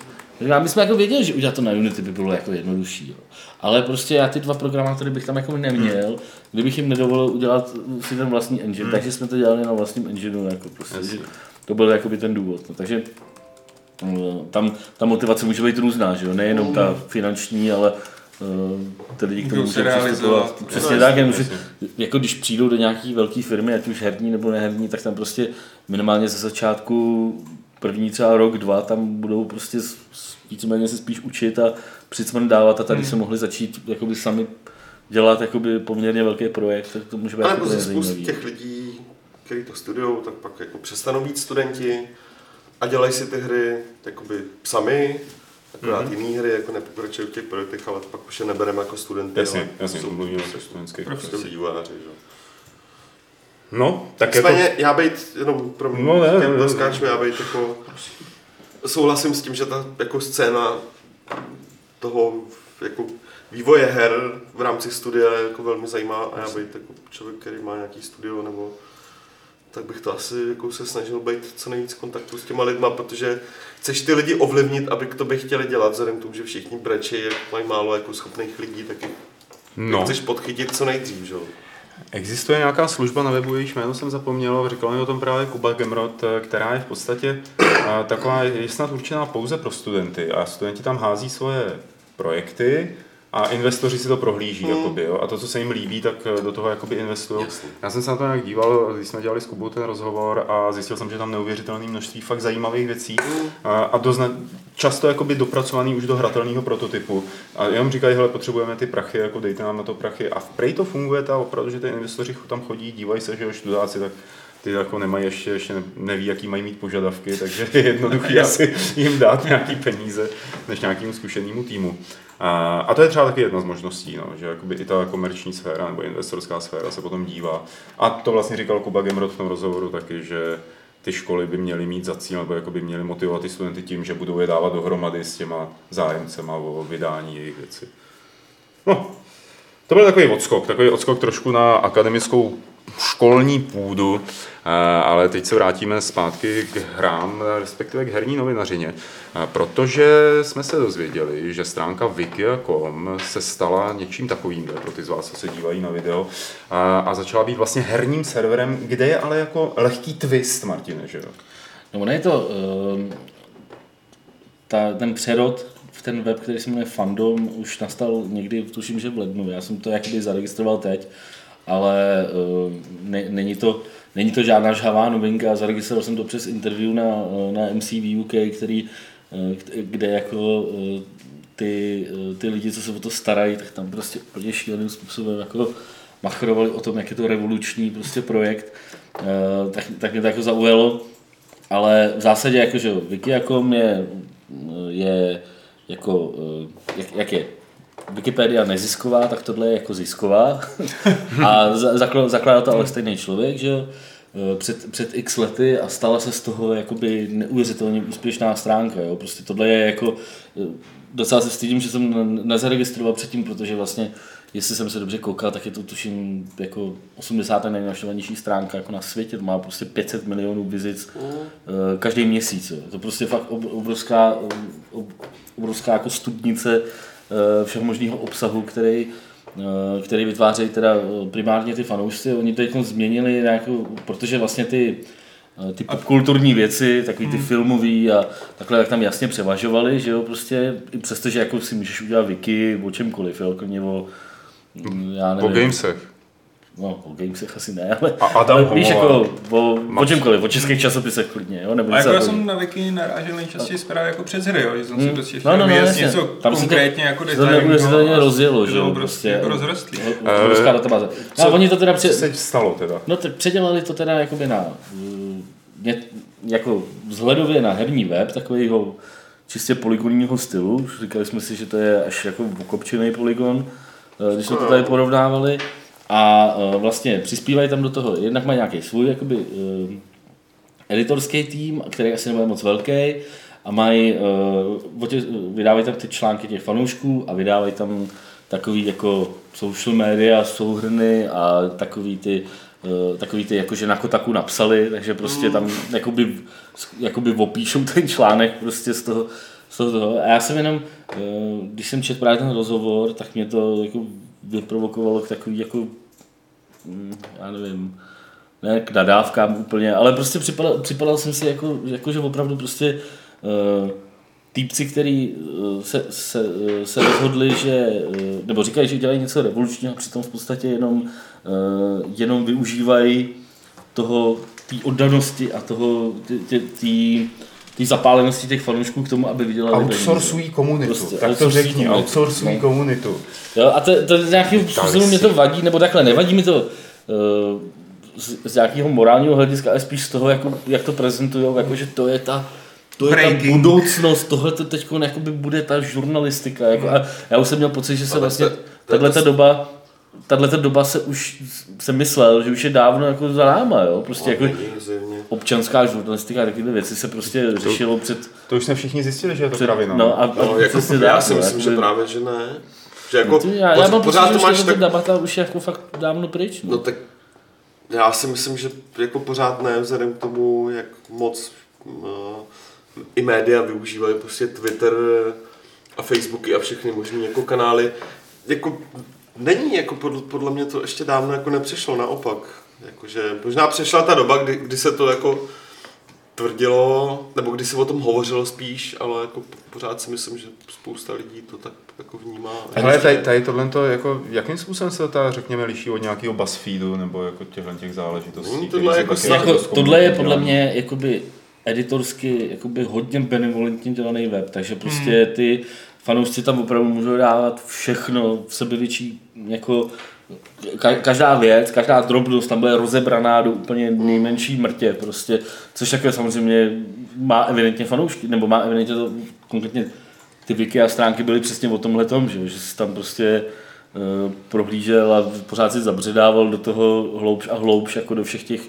A my jsme jako věděli, že udělat to na Unity by bylo jako jednodušší, jo. Ale prostě já ty dva programátory bych tam jako neměl, hmm. kdybych jim nedovolil udělat si ten vlastní engine, hmm. takže jsme to dělali na vlastním engineu, jako prostě, to byl jakoby ten důvod. No. Takže tam ta motivace může být různá, že jo, nejenom ta finanční, ale uh, ty lidi, kteří můžou přistupovat. Přesně tak, že, jako když přijdou do nějaký velké firmy, ať už herní nebo neherní, tak tam prostě minimálně ze začátku první třeba rok, dva, tam budou prostě víceméně se spíš učit a přicmrdávat a tady hmm. se mohli začít jakoby sami dělat jakoby poměrně velký projekt, tak to může být jako zajímavý. Ale těch lidí, kteří to studujou, tak pak jako přestanou být studenti a dělají si ty hry jakoby sami, akorát mm-hmm. jiný hry, jako nepokračují v těch projektech, ale pak už je nebereme jako studenty. Jasně, jasně, mluvíme jako studentských prostě vývojáři, že? No, tak Nicméně, jako... já být, jenom pro mě, no, ne, ne, ne, skáču, já být jako... Souhlasím s tím, že ta jako scéna toho jako vývoje her v rámci studia je jako velmi zajímá a já být jako člověk, který má nějaký studio nebo tak bych to asi jako se snažil být co nejvíc kontaktu s těma lidma, protože chceš ty lidi ovlivnit, aby k tobě chtěli dělat, vzhledem k tomu, že všichni brečí, mají málo jako schopných lidí, tak no. chceš podchytit co nejdřív, že? Existuje nějaká služba na webu, jejíž jméno jsem zapomněl, říkal mi o tom právě Kuba Gemrot, která je v podstatě taková, je snad určená pouze pro studenty a studenti tam hází svoje projekty a investoři si to prohlíží, mm. jakoby, jo? A to, co se jim líbí, tak do toho jakoby investují. Já jsem se na to nějak díval, když jsme dělali s Kubou ten rozhovor a zjistil jsem, že tam neuvěřitelné množství fakt zajímavých věcí mm. a, a dozna, často jakoby dopracovaný už do hratelného prototypu. A jenom říkají, hele, potřebujeme ty prachy, jako dejte nám na to prachy. A v prej to funguje ta opravdu, že ty investoři tam chodí, dívají se, že jo, študáci, tak ty jako nemají ještě, ještě neví, jaký mají mít požadavky, takže je jednoduchý asi jim dát nějaký peníze než nějakému zkušenému týmu. A, a to je třeba taky jedna z možností, no, že jakoby i ta komerční sféra nebo investorská sféra se potom dívá. A to vlastně říkal Kuba Gemrot v tom rozhovoru taky, že ty školy by měly mít za cíl, nebo jako by měly motivovat ty studenty tím, že budou je dávat dohromady s těma zájemcema o vydání jejich věci. No, to byl takový odskok, takový odskok trošku na akademickou školní půdu, ale teď se vrátíme zpátky k hrám, respektive k herní novinařině, protože jsme se dozvěděli, že stránka wiki tečka com se stala něčím takovým pro ty z vás, co se dívají na video, a začala být vlastně herním serverem, kde je ale jako lehký twist, Martine, že jo? No, ono je to uh, ta, ten přerod v ten web, který se jmenuje Fandom, už nastal někdy, tuším, že v lednu. Já jsem to jakoby zaregistroval teď, ale uh, ne, není, to, není to žádná žhavá novinka. Zaregistroval jsem to přes interview na, na M C V U K, který, uh, kde jako uh, ty, uh, ty lidi, co se o to starají, tak tam prostě úplně šíleným způsobem jako machrovali o tom, jak je to revoluční prostě projekt. Uh, tak, tak mě to jako zaujalo. Ale v zásadě jako, že wiki tečka com je, je jako, jak, jak je Wikipedia nezisková, tak tohle je jako zisková. A zakládal to ale stejný člověk, že jo, před, před x lety a stala se z toho jakoby neuvěřitelně úspěšná stránka, jo. Prostě tohle je jako, docela se stydím, že jsem nezaregistroval předtím, protože vlastně, jestli jsem se dobře koukal, tak je to tuším jako osmdesátá nejnavštěvovanější stránka jako na světě, to má prostě pět set milionů vizic mm. každý měsíc. Jo. To prostě fakt obrovská, obrovská jako studnice všeho možného obsahu, který, který vytvářejí teda primárně ty fanoušci. Oni to jako změnili nějakou, protože vlastně ty ty popkulturní věci, takový ty hmm. filmový a takhle, jak tam jasně převažovaly, že jo, prostě, i přesto, že jako si můžeš udělat wiki o čemkoliv, jo, klidně o, já nevím. O gamesech. No, o gamesech asi ne, ale, a Adam ale víš, jako o, o čemkoliv, o českých časopisech klidně, jo, nebo a jako já jsem na wiki narážel nejčastěji zprávě jako přes hry, jo, že jsem si hmm. prostě no, no, no, věc, něco tam konkrétně to, jako detailního. To neuvěřitelně rozjelo, že jo, prostě jako rozrostlý. Obrovská databáze. No, oni to teda před... Co se stalo teda? No, předělali to teda jakoby na, jako vzhledově na herní web, takovýho čistě polygonního stylu. Říkali jsme si, že to je až jako okopčený polygon, když jsme to tady porovnávali. A vlastně přispívají tam do toho, jednak mají nějaký svůj jakoby, uh, editorský tým, který asi nebude moc velký, a mají, uh, tě, vydávají tam ty články těch fanoušků a vydávají tam takový jako social media, souhrny a takový ty, uh, takový ty jakože na Kotaku napsali, takže prostě tam jakoby, jakoby opíšou ten článek prostě z toho, z toho, toho. A já jsem jenom, uh, když jsem četl právě ten rozhovor, tak mě to jako vyprovokovalo k takový jako, já nevím, ne k nadávkám úplně, ale prostě připadal, připadal jsem si jako, jako že opravdu prostě uh, týpci, který uh, se, se, uh, se rozhodli, že, uh, nebo říkají, že dělají něco revolučního, přitom v podstatě jenom, uh, jenom využívají toho, té oddanosti a toho, té zapálenosti těch fanoušků k tomu, aby vydělali peníze. Outsourcují komunitu, prostě, tak to řekni, outsourcují no. komunitu. Jo, a to, to nějakým způsobem mě to vadí, nebo takhle, nevadí mi to uh, z, z nějakého morálního hlediska, ale spíš z toho, jako, jak to prezentujou, jako, že to je ta, to je ta budoucnost, tohle to teď bude ta žurnalistika. Jako, a já už jsem měl pocit, že se ale vlastně tato doba tato doba se už se myslel, že už je dávno jako za náma, jo, prostě jako občanská žurnalistika a takové věci se prostě řešilo před... To už jsme všichni zjistili, že je to před, pravina. No, a, no, jako, já tak, si myslím, jako, že právě, že ne. Že jako, no, já, já mám pořád pocit, to máš že tak... ta debata už je jako fakt dávno pryč. No. no tak já si myslím, že jako pořád ne, vzhledem k tomu, jak moc no, i média využívají prostě Twitter a Facebooky a všechny možný jako kanály. Jako není, jako podle, podle mě to ještě dávno jako nepřešlo, naopak. Jakože možná přešla ta doba, kdy, kdy se to jako tvrdilo, nebo kdy se o tom hovořilo spíš, ale jako pořád si myslím, že spousta lidí to tak jako vnímá. Ale tady, tady tohle to, jako, jakým způsobem se ta, řekněme, liší od nějakého BuzzFeedu, nebo jako těchto těch záležitostí? Hmm, tohle, jako jako, tohle je podle mě jakoby editorsky jakoby hodně benevolentně dělaný web, takže prostě ty fanoušci tam opravdu můžou dávat všechno v sebevětší, jako každá věc, každá drobnost tam bude rozebraná do úplně nejmenší mrtě, prostě, což také samozřejmě má evidentně fanoušky, nebo má evidentně to, konkrétně ty wiki a stránky byly přesně o tomhletom, že, že jsi tam prostě uh, prohlížel a pořád si zabředával do toho hloubš a hloubš, jako do všech těch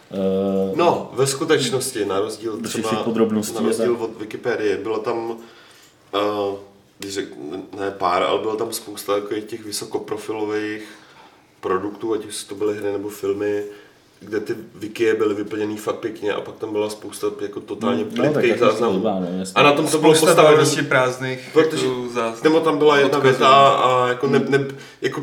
No, ve skutečnosti, na rozdíl třeba, na rozdíl od Wikipedie, bylo tam, uh, když řek, ne pár, ale bylo tam spousta takových těch vysokoprofilových produktů, ať už to byly hry nebo filmy, kde ty wikie byly vyplněný fakt pěkně a pak tam byla spousta jako totálně no, plytkých záznamů. No, a na tom to bylo postavené prostě prázdných protože záznamů. Tam byla jedna věta a jako, ne, ne, jako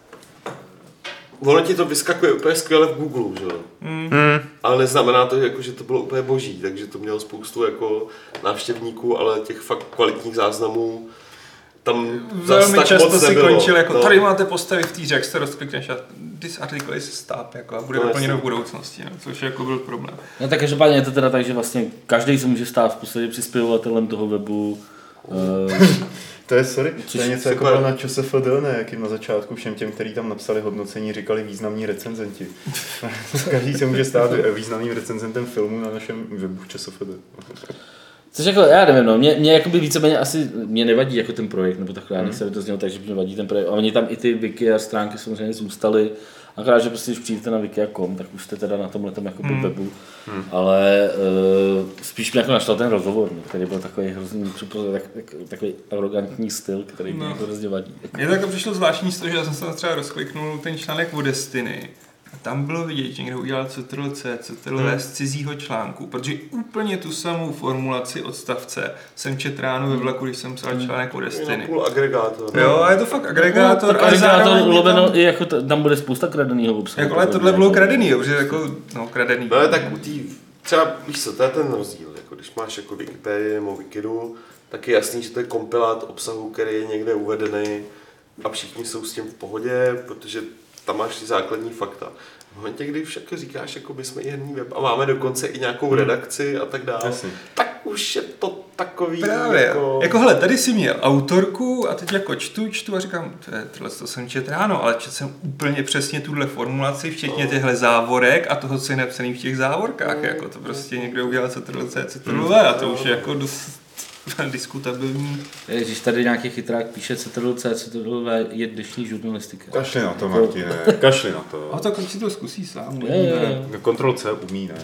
ono ti to vyskakuje úplně skvěle v Google, že jo? Mm. Ale neznamená to, jako, že to bylo úplně boží, takže to mělo spoustu jako návštěvníků, ale těch fakt kvalitních záznamů tam velmi tak často moc si nebylo. končil jako, no. Tady máte postavy v týře, jak se rozklikneš a this article is stop, jako, a bude no, doplněno v budoucnosti, no, což jako byl problém. No tak každopádně je to teda tak, že vlastně každý se může stát v podstatě přispěvatelem toho webu. Uh, To je, sorry, to je něco jako bylo na ČSFD, ne, jak jim na začátku všem těm, kteří tam napsali hodnocení, říkali významní recenzenti. Každý se může stát významným recenzentem filmu na našem webu ČSFD. Což jako, já nevím, no, mě, mě jakoby víceméně asi, mě nevadí jako ten projekt, nebo takhle, já nechci, aby to znělo tak, že mě vadí ten projekt, a oni tam i ty wiki a stránky samozřejmě zůstaly, akorát, že prostě když přijdete na wiki tečka com, tak už jste teda na tomhletom jako hmm. webu, hmm. ale uh, spíš mě jako našel ten rozhovor, no, který byl takový hrozný, tak, tak, takový arrogantní styl, který mě no. jako hrozně vadí. Mně to jako přišlo zvláštní z toho, že já jsem se třeba rozkliknul ten článek o Destiny. A tam bylo vidět, že někdo udělal ctrl C, ctrl V z cizího článku, protože úplně tu samou formulaci odstavce jsem četl ráno ve vlaku, když jsem psal článek o Destiny. Půl agregátor. Jo, a je to fakt agregátor. No, agregátor loveno, tam... jako t- tam bude spousta kradenýho obsahu. Jako, ale tohle bylo kradený, protože jako, no kradený. No ale tak u tý, třeba víš co, to je ten rozdíl, jako když máš jako Wikipedii nebo Wikidu, tak je jasný, že to je kompilát obsahu, který je někde uvedený a všichni jsou s tím v pohodě, protože tam máš ty základní fakta. V momentě, kdy však říkáš, jako my jsme i herní web a máme dokonce i nějakou redakci a tak dále, Jasně. tak už je to takový... Právě, jako... jako hele, tady si měl autorku a teď jako čtu, čtu a říkám, tohle to jsem četl ráno, ale četl jsem úplně přesně tuhle formulaci, včetně no. těchhle závorek a toho, co je napsaný v těch závorkách, no. jako to prostě někdo udělal ctrl C, ctrl V a to už je jako dost... diskutabilní. Když tady nějaký chytrák píše ctrl C, ctrl V je dnešní žurnalistika. Kašli na to, Martine, kašli na to. A tak si to zkusí sám. Je, je. Kontrol C umí, ne?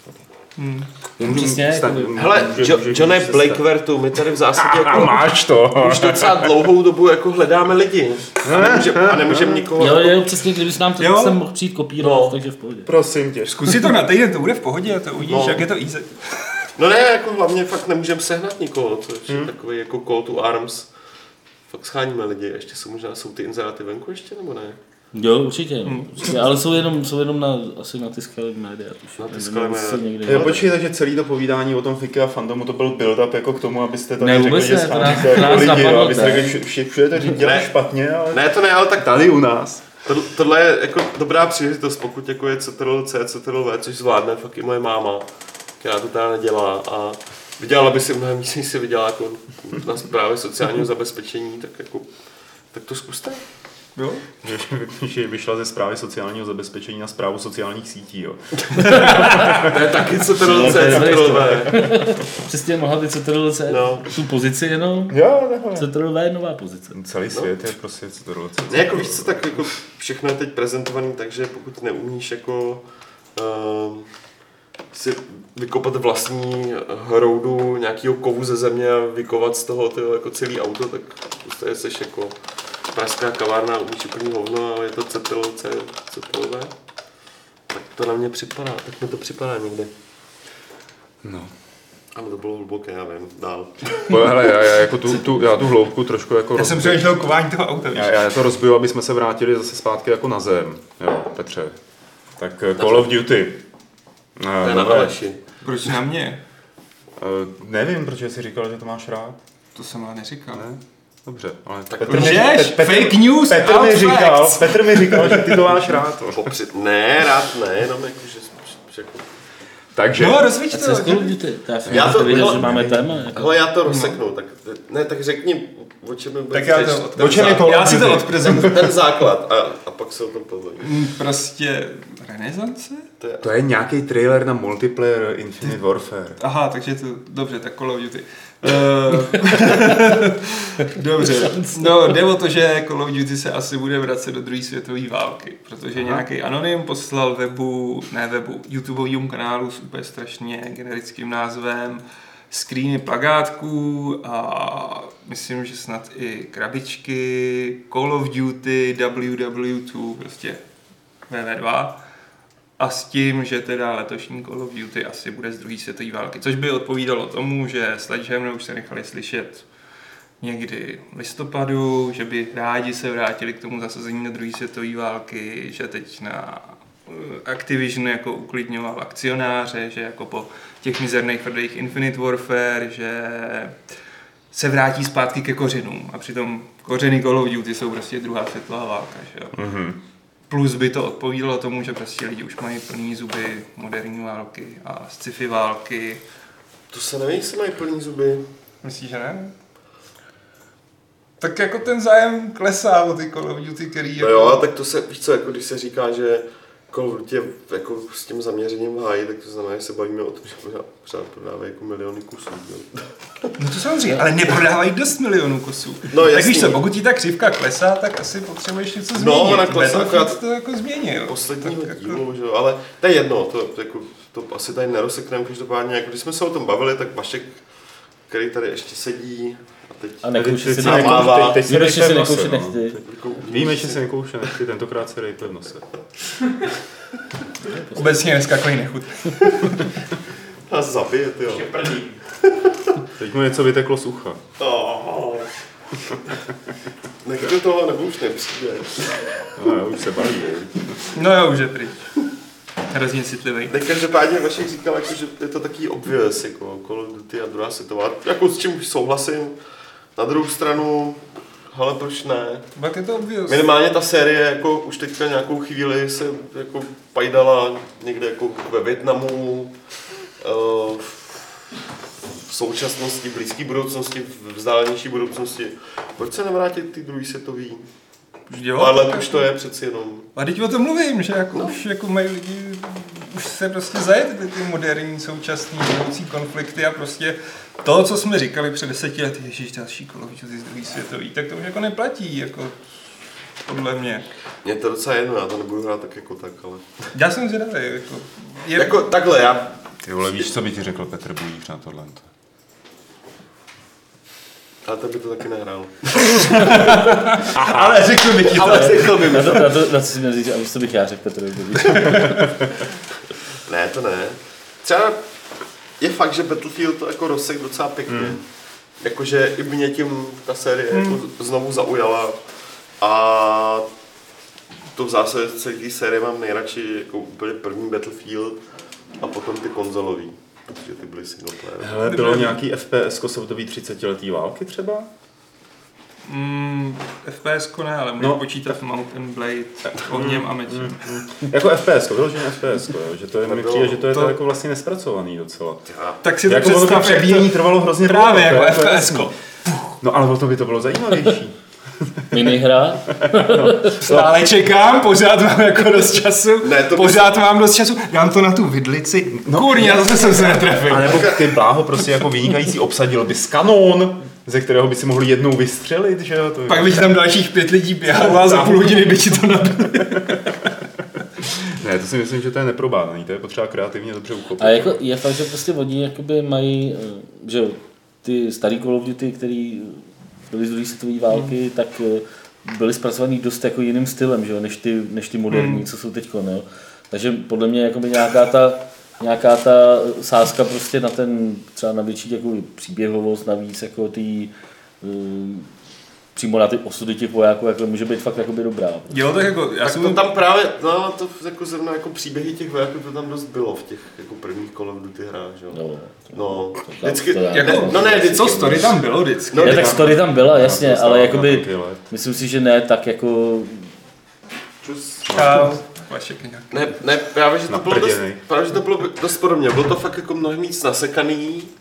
Hmm. Přesně. Hele, Johne Blakewertu, my tady v zásadě jako... máš to. Už docela dlouhou dobu jako hledáme lidi. A nemůžeme nemůžem nikoho... Jo, jo, přesně, kdybys nám to sem mohl přijít kopírovat, no. takže v pohodě. Prosím tě. Zkusí to na týden, to bude v pohodě a to uvidíš, no. jak je to easy. No ne, jako hlavně fakt nemůžeme sehnat nikoho, což je hmm. takový jako call to arms. Fakt scháníme lidi, ještě jsou možná, jsou ty inzeráty venku ještě, nebo ne? Jo, určitě, hmm. určitě, ale jsou jenom, jsou jenom na, asi na ty skvělé média. Na ty skvělé média. Jo, počkej, takže celý to povídání o tom Fiki a fandomu, to byl build-up jako k tomu, abyste tady ne, řekli, že scháníte jako lidi, jo, abyste řekli, všude to dělat špatně, ale... Ne, to ne, ale tak tady u nás. To, tohle je jako dobrá příležitost, pokud jako je ctrl C, ctrl V, což zvládne fakt i moje máma, která to teda nedělá a vydělala by si mnohem víc, než si vydělá jako na správě sociálního zabezpečení, tak jako, tak to zkuste. Jo? Že vyšla ze správy sociálního zabezpečení na správu sociálních sítí, jo. To je taky ctrl C, ctrl V. Přesně mohla být ctrl C, no. tu pozici jenom, jo, ctrl V je nová pozice. Celý svět no. je prostě ctrl C. Ne, jako víš co, tak jako všechno je teď prezentovaný, takže pokud neumíš jako uh, si vykopat vlastní hroudu nějakého kovu ze země a vykovat z toho tyho, jako celý auto, tak prostě jsi jako pražská kavárna, umíš úplný hovno, ale je to ctrl C, ctrl V. Tak to na mě připadá, tak mi to připadá někde. No. Ano, to bylo hluboké, já vím, dál. Hele, já, já, jako tu, tu, já tu hloubku trošku jako Já rozbiju. jsem přemýšlel kování toho auta, víš? Já, já to rozbiju, aby jsme se vrátili zase zpátky jako na zem. Jo, Petře. Tak Call of Duty. To je na Aleši. Proč na mě? Uh, nevím, protože jsi říkal, že to máš rád. To jsem ale neříkal. Ne? Dobře, ale tak Petr, mi, Petr, fake news, Petr mi říkal, Petr mi říkal, že ty to máš rád. Popřed, ne, rád ne, jenom jako, že, že jako... Takže... No, rozvíč to. Já to viděl, že máme téma. Hele, já to rozseknu, tak ne, tak řekni, o čem je tak já, to, ten o čem je to, já si to odprezentuji. Ten základ a, a pak se o tom povím. Prostě renesance? To je nějaký trailer na multiplayer Infinite Warfare. Aha, takže to, dobře, tak Call of Duty. Uh, dobře, no jde o to, že Call of Duty se asi bude vracet do druhé světové války, protože Aha. nějaký anonym poslal webu, ne webu, YouTubeovému kanálu s úplně strašně generickým názvem screeny plagátků a myslím, že snad i krabičky Call of Duty W W dva, prostě W W dva. A s tím, že teda letošní Call of Duty asi bude z druhé světové války, což by odpovídalo tomu, že Sledgehammer už se nechali slyšet někdy v listopadu, že by rádi se vrátili k tomu zasazení na druhé světové války, že teď na Activision jako uklidňoval akcionáře, že jako po těch mizerných tvrdých Infinite Warfare, že se vrátí zpátky ke kořenům. A přitom kořeny Call of Duty jsou prostě druhá světová válka, že jo. Mm-hmm. Plus by to odpovídalo tomu, že prostě lidi už mají plný zuby moderní války a sci-fi války. To se neví, jestli mají plný zuby. Myslíš, že ne? Tak jako ten zájem klesá o ty Call of Duty, který no jako... jo, tak to se, víš co, jako když se říká, že Call of Duty je jako s tím zaměřením v háji, tak to znamená, že se bavíme o tom, že pořád prodávají jako miliony kusů. Jo. No to samozřejmě, ale neprodávají dost milionů kusů. No, tak víš co, pokud ti ta křivka klesá, tak asi potřebuješ něco změnit. No, ona klesá, akorát to jako změnil. Posledního tak dílu, jako... že jo, ale to je jedno, to, jako, to asi tady nerosekneme každopádně, jako když jsme se o tom bavili, tak Vašek, který tady ještě sedí, a teď... A nekouše si nekouše, teď se si nekouše nechty. Víme, že se nekouše nechty, tentokrát se rejpe v nose. Obecně dneska takový nechut. Nás zabije, ty jo. Teď mu něco vyteklo z ucha. Oh. Nech do toho, nebo už nepřijde. No jo, už se baví. No jo, už je pryč. Hrozně citlivý. Tak každopádně Vašek říkal, jako, že je to takový obvious, jako Call of Duty a druhá světová, jako s čím už souhlasím. Na druhou stranu, ale proč ne? Pak je to obvious. Minimálně ta série jako už teďka nějakou chvíli se jako pajdala někde jako ve Vietnamu, v současnosti, v blízké budoucnosti, v vzdálenější budoucnosti. Proč se nevrátit ty druhý světový? Jo, ale tak už jako... to je přeci jenom. A teď o tom mluvím, že jako no. už jako mají lidi, už se prostě zajet ty moderní současné budoucí konflikty a prostě to, co jsme říkali před deseti lety, ježiš, další Call of Duty z druhý světový, tak to už jako neplatí, jako podle mě. Mě to docela jedno, já to nebudu hrát tak jako tak, ale... Já jsem zvědavý, jako... Je... Jako takhle, já... Ty vole, víš, co by ti řekl Petr Bujíř na tohle? Ale tak by to taky nehrál. Ale řekl bych ti to. Ale řekl by mi to. Na, to, na co si měl říct, a co bych já řekl Petrovi Bujíř. Ne, to ne. Třeba je fakt, že Battlefield to jako rozsek docela pěkně. Mm. Jakože i mě tím ta série mm. jako znovu zaujala. A to v zásadě celé té série mám nejradši jako úplně první Battlefield a potom ty konzolový. Protože ty byly single player. Hele, bylo nějaký F P S světový třicetiletý války třeba? Mm, F P S ko ne, ale můžu no. počítat Mount and Blade ohněm a mečem. Mm, mm. Jako F P S ko, vyloženě F P S ko, jo? Že to je, mi přijde, že to je to... jako vlastně nespracovaný docela. Ja. Tak si to jako představ, přebíjení trvalo hrozně dlouho. Právě jako F P S ko. No ale o to by to bylo zajímavější. Minihra? Stále čekám, pořád mám jako dost času, ne, to pořád bys... mám dost času, dám to na tu vidlici, no, kurňa, zase jsem se netrefil. A nebo ty bláho prostě jako vynikající obsadil bys kanón, ze kterého by si mohl jednou vystřelit, že jo? To Pak by tam dalších pět lidí běhalo a za půl hodiny by ti to nabili. Ne, to si myslím, že to je neprobádaný, to je potřeba kreativně dobře uchopit. A jako je fakt, že prostě oni jakoby mají, že ty starý Call of Duty, který byly z druhé světové války, hmm. tak byly zpracovaný dost jako jiným stylem, že jo, než ty, než ty moderní, hmm. co jsou teďko, ne? Takže podle mě jakoby nějaká ta, nějaká ta sázka prostě na ten, třeba na větší jako příběhovost, navíc jako ty um, přímo na ty osudy těch vojáků, jako může být fakt jakoby dobrá. Jo, tak jako, já tak jsem... to tam právě, no to jako zrovna jako příběhy těch vojáků to tam dost bylo v těch jako prvních Call of Duty hrách, že jo. No, no, to, vždycky, to, jako, ne, no ne, vždycky. Co story tam bylo vždycky. No, tak story tam byla, jasně, no, ale jakoby, myslím si, že ne tak jako... Čus. Čau. Ne, ne, právě, že to bylo dost, právě, že to bylo dost podobně, bylo to fakt jako mnohem víc nasekaný,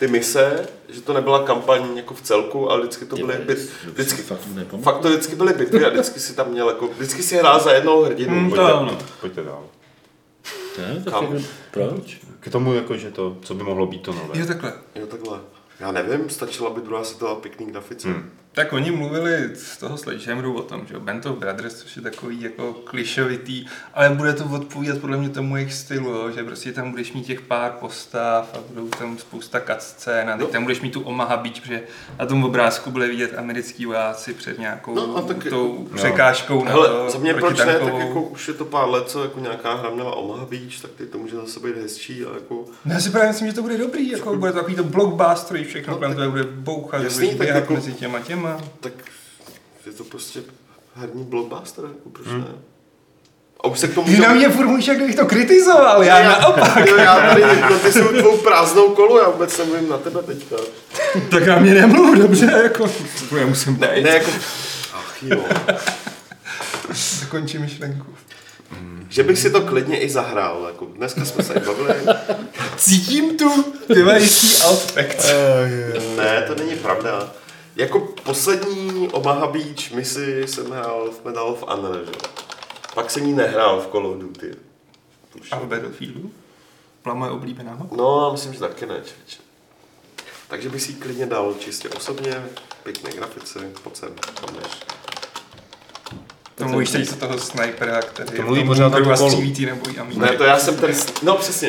ty mise, že to nebyla kampaň jako v celku, ale vždycky to byly bit, vždycky, fakt to vždycky byly bitvy a vždycky si tam měl jako, vždycky si hrál za jednoho hrdinu. Hmm, Pojďte, to, no. pojďte dál. Ne, tak Kam? jako, proč? K tomu, jako, že to, co by mohlo být to nové. Jo, takhle. Jo, takhle. Já nevím, stačila by druhá světová pěkný grafice. Hmm. Tak oni mluvili z toho Sledgehammeru o tom, že Band of Brothers, což je takový jako klišovitý, ale bude to odpovídat podle mě tomu jejich stylu, jo, že prostě tam budeš mít těch pár postav a budou tam spousta cutscén a teď tam budeš mít tu Omaha Beach, protože na tom obrázku byly vidět americký vojáci před nějakou No, a tak- tou překážkou na Hele, to, za mě proč ne, tak protitankovou. jako už je to pár let, co jako nějaká hra měla Omaha Beach, tak ty to může zase být hezčí a jako... No, já si právě myslím, že to bude dobrý, jako bude to takový to blockbuster, všechno, kolem toho bude bouchat, jasný, bude tak běhat jako- mezi těma těma. Tak je to prostě herní blockbuster, jako proč hmm. ne? A už se k tomu... Ty na mě furt mluvíš, jak kdybych to kritizoval, já, já naopak. Jo, já tady na ty svou tvou prázdnou kolu, já vůbec nemluvím na tebe teďka. Tak na mě nemluv, dobře, jako, to já musím dát. Ne, jako... Ach jo. Dokončí myšlenku. Že bych si to klidně i zahrál, jako dneska jsme se bavili. Cítím tu tyvající aspekt. Ne, to není pravda. Jako poslední Omaha Beach misi jsem hrál v Medal of Honor, že? Pak jsem ní nehrál v Call of Duty. A v Battlefieldu? Byla moje oblíbená mapa. No, já myslím, že taky ne, čeč. Takže bych si ji klidně dal čistě osobně, pěkné grafice, pojď sem, tam než. To mluvíš teď z toho snajpera, který To je mluví v tom pořád na bunkeru tu a kolu. střílí ty nebo a Ne, to já jsem ten, no přesně.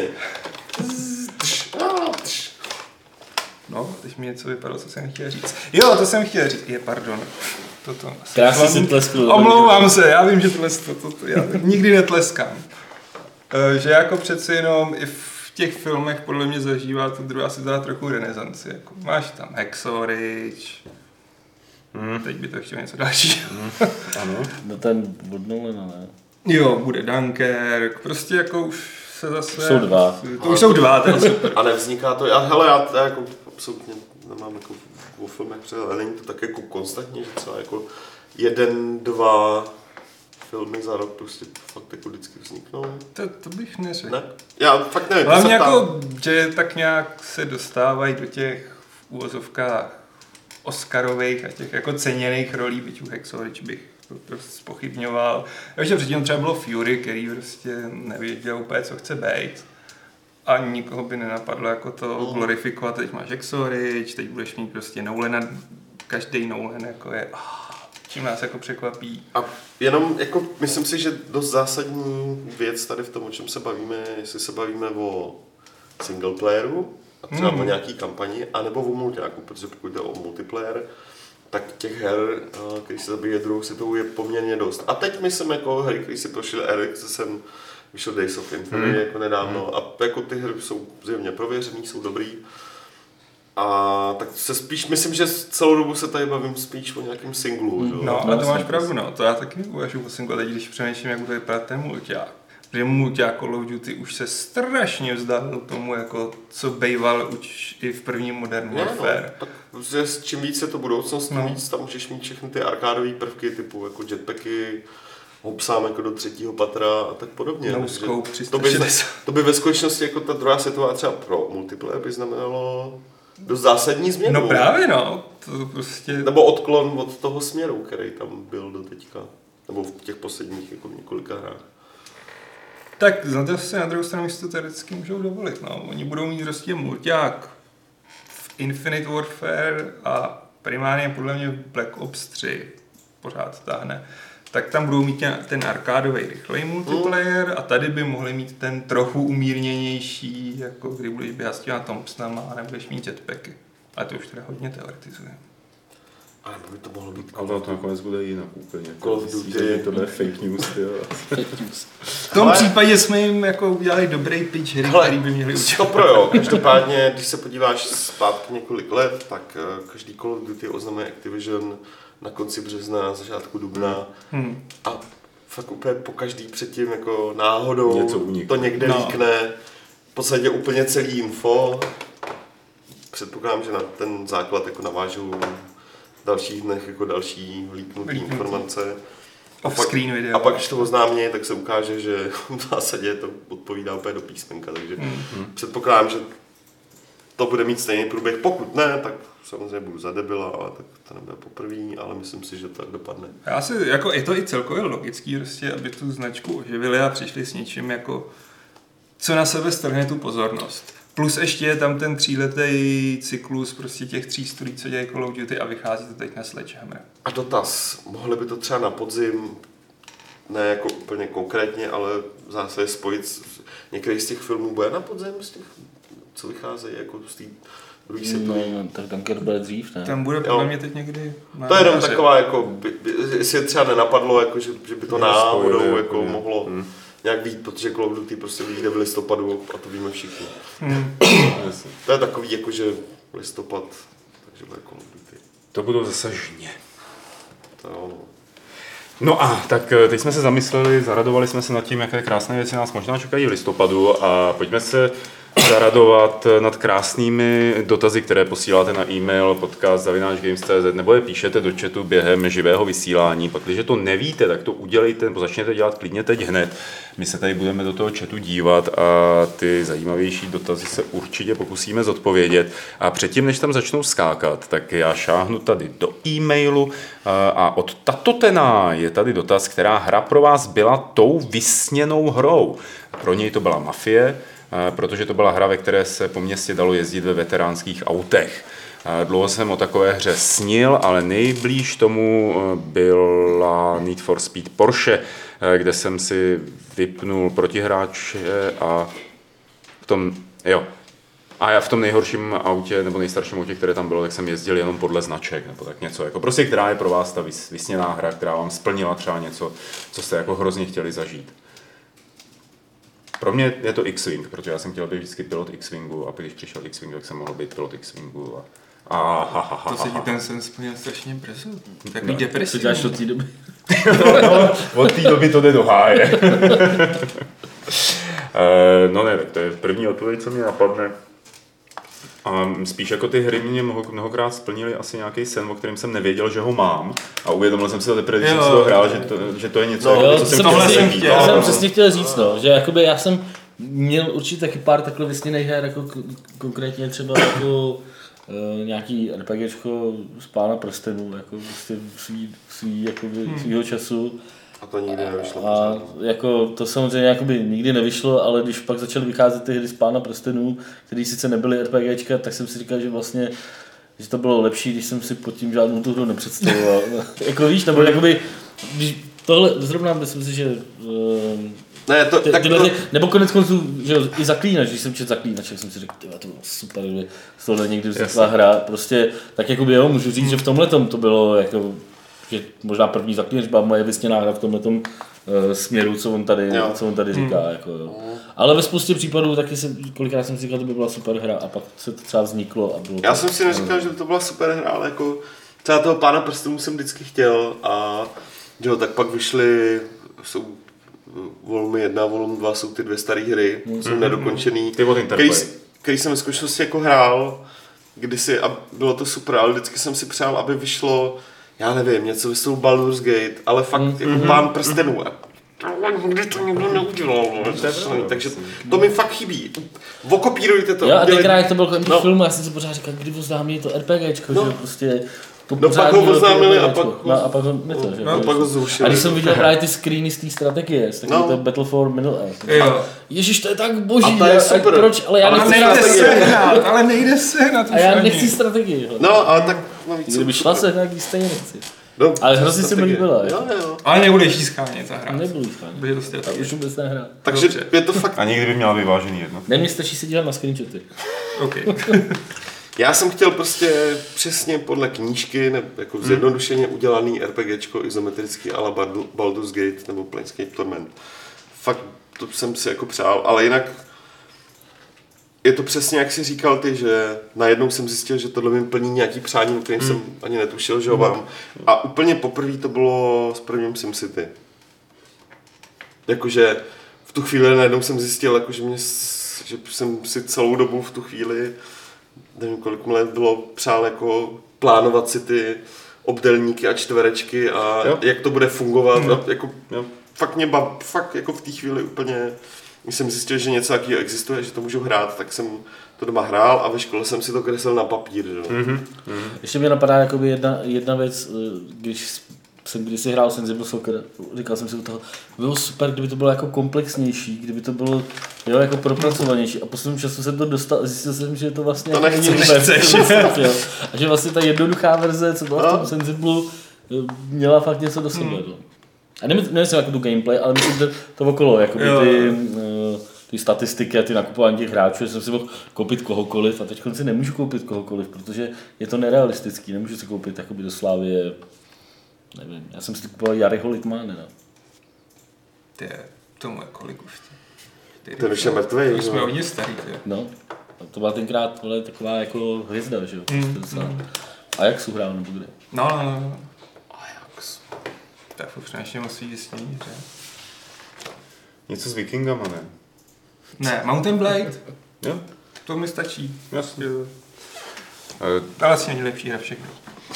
No, teď mi něco vypadalo, co jsem chtěl říct. Jo, to jsem chtěl říct. Je, pardon. Toto. Krásně si tleskl. Omlouvám se, já vím, že tohle, to, to, to, já nikdy netleskám. E, že jako přeci jenom i v těch filmech podle mě zažívá to druhá světová trochu renesanci. Jako máš tam Hacksaw Ridge, hmm. teď by to chtěl něco dalšího. Hmm. Ano. No ten od Nolana, ne? Jo, bude Dunkirk, prostě jako už se zase... Jsou dva. To už jsou dva, to je super. A nevzniká to, já, hele, já, já jako absolutně nemám jako o filmech přehled, ale není to tak jako konstantně, že třeba jako jeden, dva filmy za rok prostě fakt jako vždycky vzniknou. To, to bych neřekl. Ne? Já fakt nevím. Hlavně jako, že tak nějak se dostávají do těch v úvozovkách Oscarových a těch jako ceněných rolí, byť u Hacksaw Ridge bych to prostě zpochybňoval. Takže předtím třeba bylo Fury, který prostě nevěděl úplně, co chce být. A nikoho by nenapadlo jako to Mm. glorifikovat. Teď máš Hacksaw Ridge, teď budeš mít prostě Nolana, každý Nolan jako je, ah, čím nás jako překvapí. A jenom jako myslím si, že dost zásadní věc tady v tom, o čem se bavíme, jestli se bavíme o single playeru, a třeba Hmm. o nějaký kampani, anebo o multiáku, protože pokud jde o multiplayer, tak těch her, který se zabíjí druhou světovou, je poměrně dost. A teď myslím jako hry, který si prošel Eric, jsem vyšel Days of Infinity hmm. jako nedávno hmm. a jako ty hry jsou zjevně prověřený, jsou dobrý. A tak se spíš, myslím, že celou dobu se tady bavím spíš o nějakém singlu. Hmm. Jo? No, ale to máš pravdu, no. To já taky uvažuji o singlu, teď když přemýšlím, jak bude vypadat ten mulťák. Protože mulťák Call of Duty už se strašně vzdálil tomu, jako, co bejval už i v prvním Modern Warfare. No, tak že čím víc je to budoucnost, tím No. víc tam můžeš mít všechny ty arkádové prvky, typu jako jetpacky, hopsám jako do třetího patra a tak podobně. No Takže scope to, by, tři sta šedesát. to by ve skutečnosti jako ta druhá světová třeba pro multiplayer by znamenalo dost zásadní změnu. No právě no, to prostě... Nebo odklon od toho směru, který tam byl do teďka. Nebo v těch posledních jako několika hrách. Tak za to se na druhou stranu si to teoreticky můžou dovolit, no. Oni budou mít prostě mulťák v Infinite Warfare a primárně podle mě Black Ops tři pořád táhne. Tak tam budou mít ten arkádový rychlej multiplayer mm. a tady by mohli mít ten trochu umírněnější, jako kdy budeš běhat s těma Thompsonama a nebudeš mít jetpacky. Ale to už teda hodně teoretizuje. Ale by to mohlo být Ale to nakonec bude jinak úplně. Call of Duty. To bude fake news, jo. V tom Ale- případě jsme jim jako udělali dobrý pitch hry, Hele, který by měli udělat. To pro jo. Každopádně, když se podíváš zpátky několik let, tak eh, každý Call of Duty oznamuje Activision na konci března, začátku dubna. Hmm. A fakt úplně po každý předtím jako náhodou Něco unikne. to někde No. líkne. V podstatě úplně celý info. Předpokládám, že na ten základ jako navážou v dalších dnech jako další líknutý Líknutý. informace. A pak, Off-screen video. a pak, když to oznámí, tak se ukáže, že v zásadě to odpovídá úplně do písmenka. Takže Hmm. předpokládám, že to bude mít stejný průběh. Pokud ne, tak samozřejmě budu za debila, ale tak to nebude poprvé, ale myslím si, že to tak dopadne. Já si, jako je to i celkově logický, prostě, aby tu značku oživili a přišli s něčím, jako, co na sebe strhne tu pozornost. Plus ještě je tam ten tříletý cyklus prostě těch tří studií, co dělají Call of Duty a vychází to teď na Sledgehammer. A dotaz, mohli by to třeba na podzim, ne jako úplně konkrétně, ale v zásadě spojit s některý z těch filmů bude na podzim, z těch, co vycházejí jako z té druhé světové. No, tak Dunker bude dřív, ne? Tam bude podle mě teď někdy... To je jenom taková, jako, by, by, jestli je třeba nenapadlo, jako, že, že by to náhodou jako, mohlo hmm. nějak být, protože Call of Duty prostě vyjde v listopadu a to víme všichni. Hmm. To je takový, jako, že listopad, takže bude Call of Duty. To budou zase žně. To je ono. No a tak teď jsme se zamysleli, zaradovali jsme se nad tím, jaké krásné věci nás možná čekají v listopadu a pojďme se zaradovat nad krásnými dotazy, které posíláte na e-mail podcast zavináč games tečka cz nebo je píšete do chatu během živého vysílání. Pak, když to nevíte, tak to udělejte nebo začněte dělat klidně teď hned. My se tady budeme do toho chatu dívat a ty zajímavější dotazy se určitě pokusíme zodpovědět. A předtím, než tam začnou skákat, tak já šáhnu tady do e-mailu a od Tatotena je tady dotaz, která hra pro vás byla tou vysněnou hrou. Pro něj to byla Mafie, protože to byla hra, ve které se po městě dalo jezdit ve veteránských autech. Dlouho jsem o takové hře snil, ale nejblíž tomu byla Need for Speed Porsche, kde jsem si vypnul protihráče a v tom, jo, a já v tom nejhorším autě, nebo nejstarším autě, které tam bylo, tak jsem jezdil jenom podle značek, nebo tak něco. Jako prostě, která je pro vás ta vysněná hra, která vám splnila třeba něco, co jste jako hrozně chtěli zažít. Pro mě je to X-Wing, protože já jsem chtěl být vždycky pilot X-Wingu a když přišel X-Wing, tak jsem mohl být pilot X-Wingu. A... A, ha, ha, ha, to se ti ha, ten sen splnil strašně brzo. Takový no, depresivní. Co děláš od té doby? no, no, od té doby to jde do háje. no ne, tak to je první odpověď, co mě napadne. A spíš jako ty hry mě mnoho, mnohokrát splnily asi nějaký sen, o kterém jsem nevěděl, že ho mám. A uvědomil jsem si to teprve, když jsem si to hrál, že to, že to je něco, no, jako, jo, co jsem tohle chtěl jsem zjít. chtěl. Já jsem přesně chtěl říct, no, že jakoby já jsem měl určitě taky pár takhle vysněných her, jako k- konkrétně třeba jako uh, nějaký RPGčko z Pána prstenů, jako prostě svý, svý, jakoby, hmm. svýho času. A to nikdy nevyšlo. A jako to samozřejmě jakoby nikdy nevyšlo, ale když pak začaly vycházet ty hry z Pána prstenů, které sice nebyly RPGčka, tak jsem si říkal, že vlastně že to bylo lepší, když jsem si pod tím žádnou tu hru nepředstavoval. jako víš, nebo jakoby, když tohle zrovna myslím si, že uh, ne, to, ty, tak tyhle, to... ty, nebo konec konců, že jo, i Zaklínač, když jsem četl Zaklínač, tak jsem si řekl, tyhle, to bylo super, že z tohle někdy vznikla hra, prostě, tak jakoby jo, můžu říct, že v tomhletom to bylo jako, že možná první Zaklínač byla moje vysněná hra v tomhletom uh, směru, co on tady, co on tady říká, hmm. jako jo. Ale ve spoustě případů taky se, kolikrát jsem si říkal, to by byla super hra a pak se to třeba vzniklo a bylo. Já to, jsem si neříkal, že to byla super hra, ale jako třeba toho Pána prstenů jsem vždycky chtěl a jo, tak pak vyšly, jsou Volume jedna, Volume dva, jsou ty dvě staré hry, mm. jsou nedokončený, který, který jsem ve skutečnosti jako hrál kdysi a bylo to super, ale vždycky jsem si přál, aby vyšlo, já nevím, něco ve stylu Baldur's Gate, ale fakt mm. jako Pán prstenů. Nikdy to nikdo neudělal, no, takže to mi fakt chybí. Okopírujte to. Jo, a tenkrát, jak to bylo kolem no. filmu, já jsem si pořád říkal, kdy oznámí to RPGčko, no. že prostě... To no pak ho oznámili a pak ho... No, a pak ho, ne to, že? No, pak ho zrušili. A když jsem viděl právě ty screeny z té strategie, z takový no. to Battle for Middle Earth. Jo. Ježiš, to je tak boží, a to je super. Proč? Ale já ale nechci nejde strategii. Sehnat, ale nejde sehnat. A já nechci strategii. No, ale tak... No, kdyby šla sehnat, když stejně nechci. No, ale hrozně se mi líbila. Jo, jo. Ale nebudeš jí schánět a hrát. Nebudu jí schánět. Bude to stejně. Tak už vůbec nehrát. Takže dobře. Je to fakt... A někdy by měla vyvážený jedno. Ne, mě stačí se dívat na screenshoty. OK. Já jsem chtěl prostě přesně podle knížky, nebo jako zjednodušeně udělaný RPGčko izometrický a la Baldur's Gate nebo Planescape Torment. Fakt to jsem si jako přál, ale jinak je to přesně jak jsi říkal ty, že najednou jsem zjistil, že tohle mi plní nějaký přání, o kterým hmm. jsem ani netušil, že ho mám. A úplně poprvé to bylo s prvním SimCity. Jakože v tu chvíli najednou jsem zjistil, jako, že, mě, že jsem si celou dobu v tu chvíli, nevím kolik let bylo, přál jako plánovat si ty obdélníky a čtverečky a jo. jak to bude fungovat. Hmm. A jako, jo. Fakt mě bav, fakt jako v té chvíli úplně, když jsem zjistil, že něco takového existuje, že to můžu hrát, tak jsem to doma hrál a ve škole jsem si to kreslil na papír. Jo. Mm-hmm. Mm-hmm. Ještě mě napadá jakoby jedna, jedna věc, když jsem kdysi hrál Sensible Soccer, říkal jsem si u toho, bylo super, kdyby to bylo jako komplexnější, kdyby to bylo jo, jako propracovanější a posledním času jsem to dostal, zjistil jsem, že to vlastně to jako nechceš, nechceš, nechceš, a že vlastně ta jednoduchá verze, co byla v tom Sensible, měla fakt něco do sebe. Hmm. A nemyslím, nemyslím jako tu gameplay, ale myslím, že to okolo, jako ty, uh, ty statistiky a ty nakupování těch hráčů, že jsem si mohl koupit kohokoliv a teď si nemůžu koupit kohokoliv, protože je to nerealistický, nemůžu si koupit jakoby do Slávie, nevím, já jsem si kupoval Jariho Litmánena. Ty, tomu je kolik už ty. Ten už je mrtvej. Už jsme hodně starý, ty. No, a to byla tenkrát tohle taková jako hvězda, že jo? Mm. Ajaxu hrál nebo kde? No, no, no. Ajax. To je furt přinejším musí vysnění, že? Něco s Vikingama, ne? Ne, Mountain Blade. Jo? To mi stačí. Jasně. Ale asi není lepší hra všechno.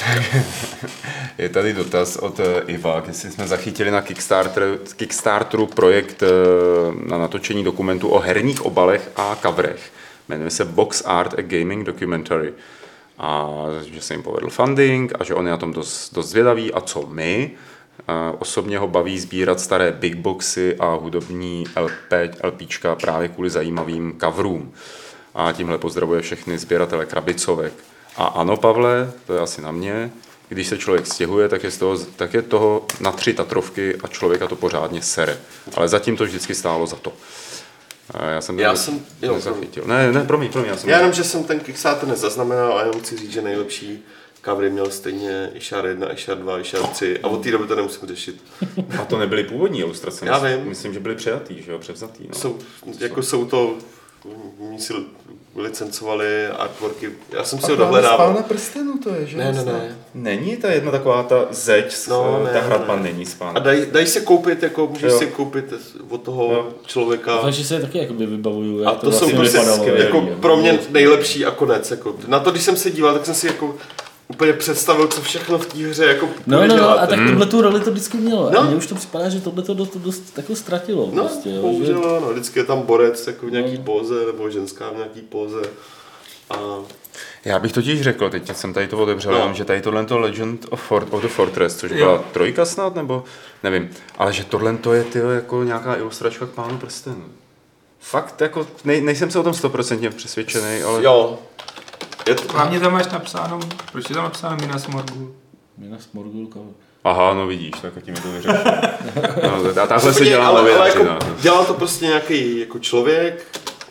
Je tady dotaz od Iva, jestli jsme zachytili na Kickstarter, Kickstarteru projekt na natočení dokumentu o herních obalech a coverech. Jmenuje se Box Art a Gaming Documentary. A že se jim povedl funding a že on je na tom dost, dost zvědavý. A co my? Osobně ho baví sbírat staré big boxy a hudební LPčka právě kvůli zajímavým coverům. A tímhle pozdravuje všechny sběratele krabicovek. A ano, Pavle, to je asi na mě, když se člověk stěhuje, tak je, z toho, tak je toho na tři Tatrovky a člověka to pořádně sere. Ale zatím to vždycky stálo za to. Já jsem, já jsem jo, nezachytil. Ne, ne, promiň, promiň. Já, jsem já jenom, že jsem ten Kickstarter nezaznamenal a jenom chci říct, že nejlepší covery měl stejně Ishar jedna, Ishar dva, Ishar tři a od té doby to nemusím řešit. A to nebyly původní ilustrace. Já vím. Myslím, že byly přejatý, že jo, převzatý. No. Jsou, jako jsou to, oni si licencovali artworky, já jsem si ho dohledával. Pána prstenů to je, že? Ne, ne, ne. Není ta jedna taková ta zeď, no, ta ne, hradba ne. není spána. A dají daj se koupit, jako můžeš jo. si koupit od toho jo. člověka. Takže se taky jakoby vybavuju. A to, to vlastně jsou prostě vypadalo, jako je, pro mě nejlepší a konec. Jako. Na to, když jsem se díval, tak jsem si jako úplně představil, co všechno v té hře jako no, no, no, a tak hmm. tohle tu roli to vždycky mělo. No. A mně už to připadá, že tohle to dost, dost jako ztratilo. No, prostě, jo, bohužel, že... no, vždycky je tam borec jako v nějaký no. póze, nebo ženská v nějaký póze. A... Já bych totiž řekl, teď jsem tady to otevřel, no. že tady tohle to Legend of, Fort, of the Fortress, což byla jo. trojka snad, nebo nevím, ale že tohle to je tyhle, jako nějaká ilustračka k Pánu prstenů. Fakt, jako, nej, nejsem se o tom stoprocentně přesvědčený, ale... Jo. Je to... Hlavně tam máš napsáno, proč je tam napsáno Minas Morgul? Minas Morgul, kámo. Aha, no vidíš, tak tím je to vyřešeno. No, a takhle se dělá ale, ale jako, no. dělá to prostě nějaký jako člověk.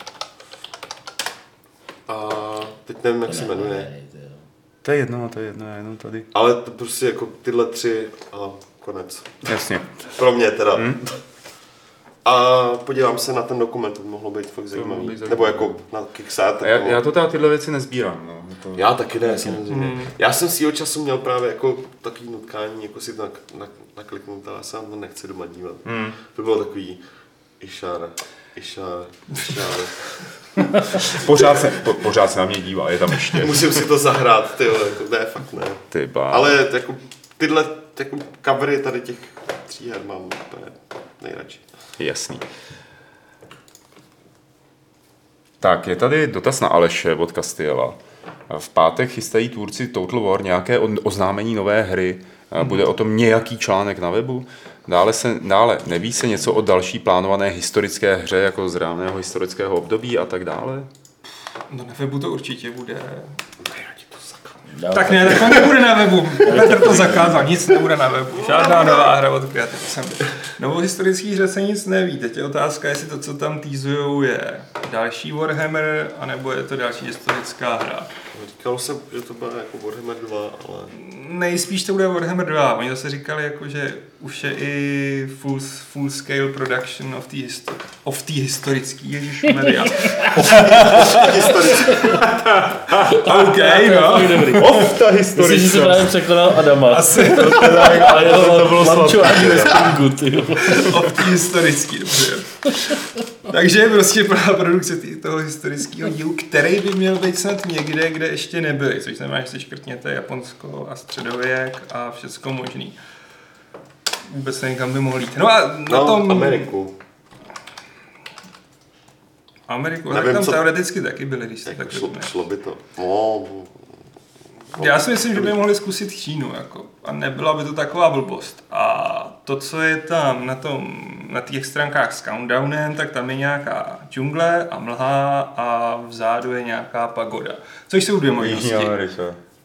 A teď nevím, jak se jmenuje. To je jedno, to je jedno, jenom tady. Ale to prostě jako tyhle tři a konec. Jasně. Pro mě teda. Hmm? A podívám se na ten dokument, to by mohlo být fakt zajímavý. zajímavý. Nebo jako na Kickstarter. Já, já to teda tyhle věci nezbírám. No. To... Já taky ne, samozřejmě. Hmm. Já jsem svýho času měl právě jako takový nutkání, jako si to nak, nak, nakliknout, ale já se to nechci doma dívat. Hmm. To bylo takový Ishar, Ishar, Ishar. pořád, se, po, pořád se na mě dívá, je tam ještě. Musím si to zahrát, ty vole, jako, ne, fakt ne. Ty bá. Ale jako, tyhle jako covery tady těch tří her mám úplně nejradši. Jasný. Tak, je tady dotaz na Aleše od Castiela. V pátek chystají tvůrci Total War nějaké oznámení nové hry. Bude o tom nějaký článek na webu. Dále, se, dále neví se něco o další plánované historické hře, jako z reálného historického období a tak dále? No na webu to určitě bude. Dál, tak ne, tak to nebude na webu. Petr to zakázal, nic nebude na webu. Žádná nová hra od Creative. Novou historický hře se nic neví. Teď je otázka, jestli to, co tam teasujou, je další Warhammer, anebo je to další historická hra. Říkalo se, že to bude jako Warhammer dva, ale... Nejspíš to bude Warhammer dva. Oni zase říkali, jako, že už je i full, full scale production of the, histo- of the historický, ježišmarja. Historický. OK, no. Of ta historická. Myslím, že se právě překonal Adama. Asi. A jeho to bylo lančování ve Springu, ty. Of the historický, dobře. Takže prostě produkce toho historického dílu, který by měl být snad někde, kde ještě nebyli, což znamená, že si škrtněte Japonsko a středověk a všecko možný. Vůbec nevím, kam by mohl jít. No a na no, tom... Ameriku. Ameriku, Nevím, tak tam co- teoreticky taky byly, když se Jako tak šlo, vezme. šlo by to. No, Já si myslím, že by mohli zkusit Čínu, jako, a nebyla by to taková blbost. A to, co je tam na tom, na těch stránkách s countdownem, tak tam je nějaká džungle a mlha a vzadu je nějaká pagoda. Což jsou dvě možnosti. Jižní Amerika.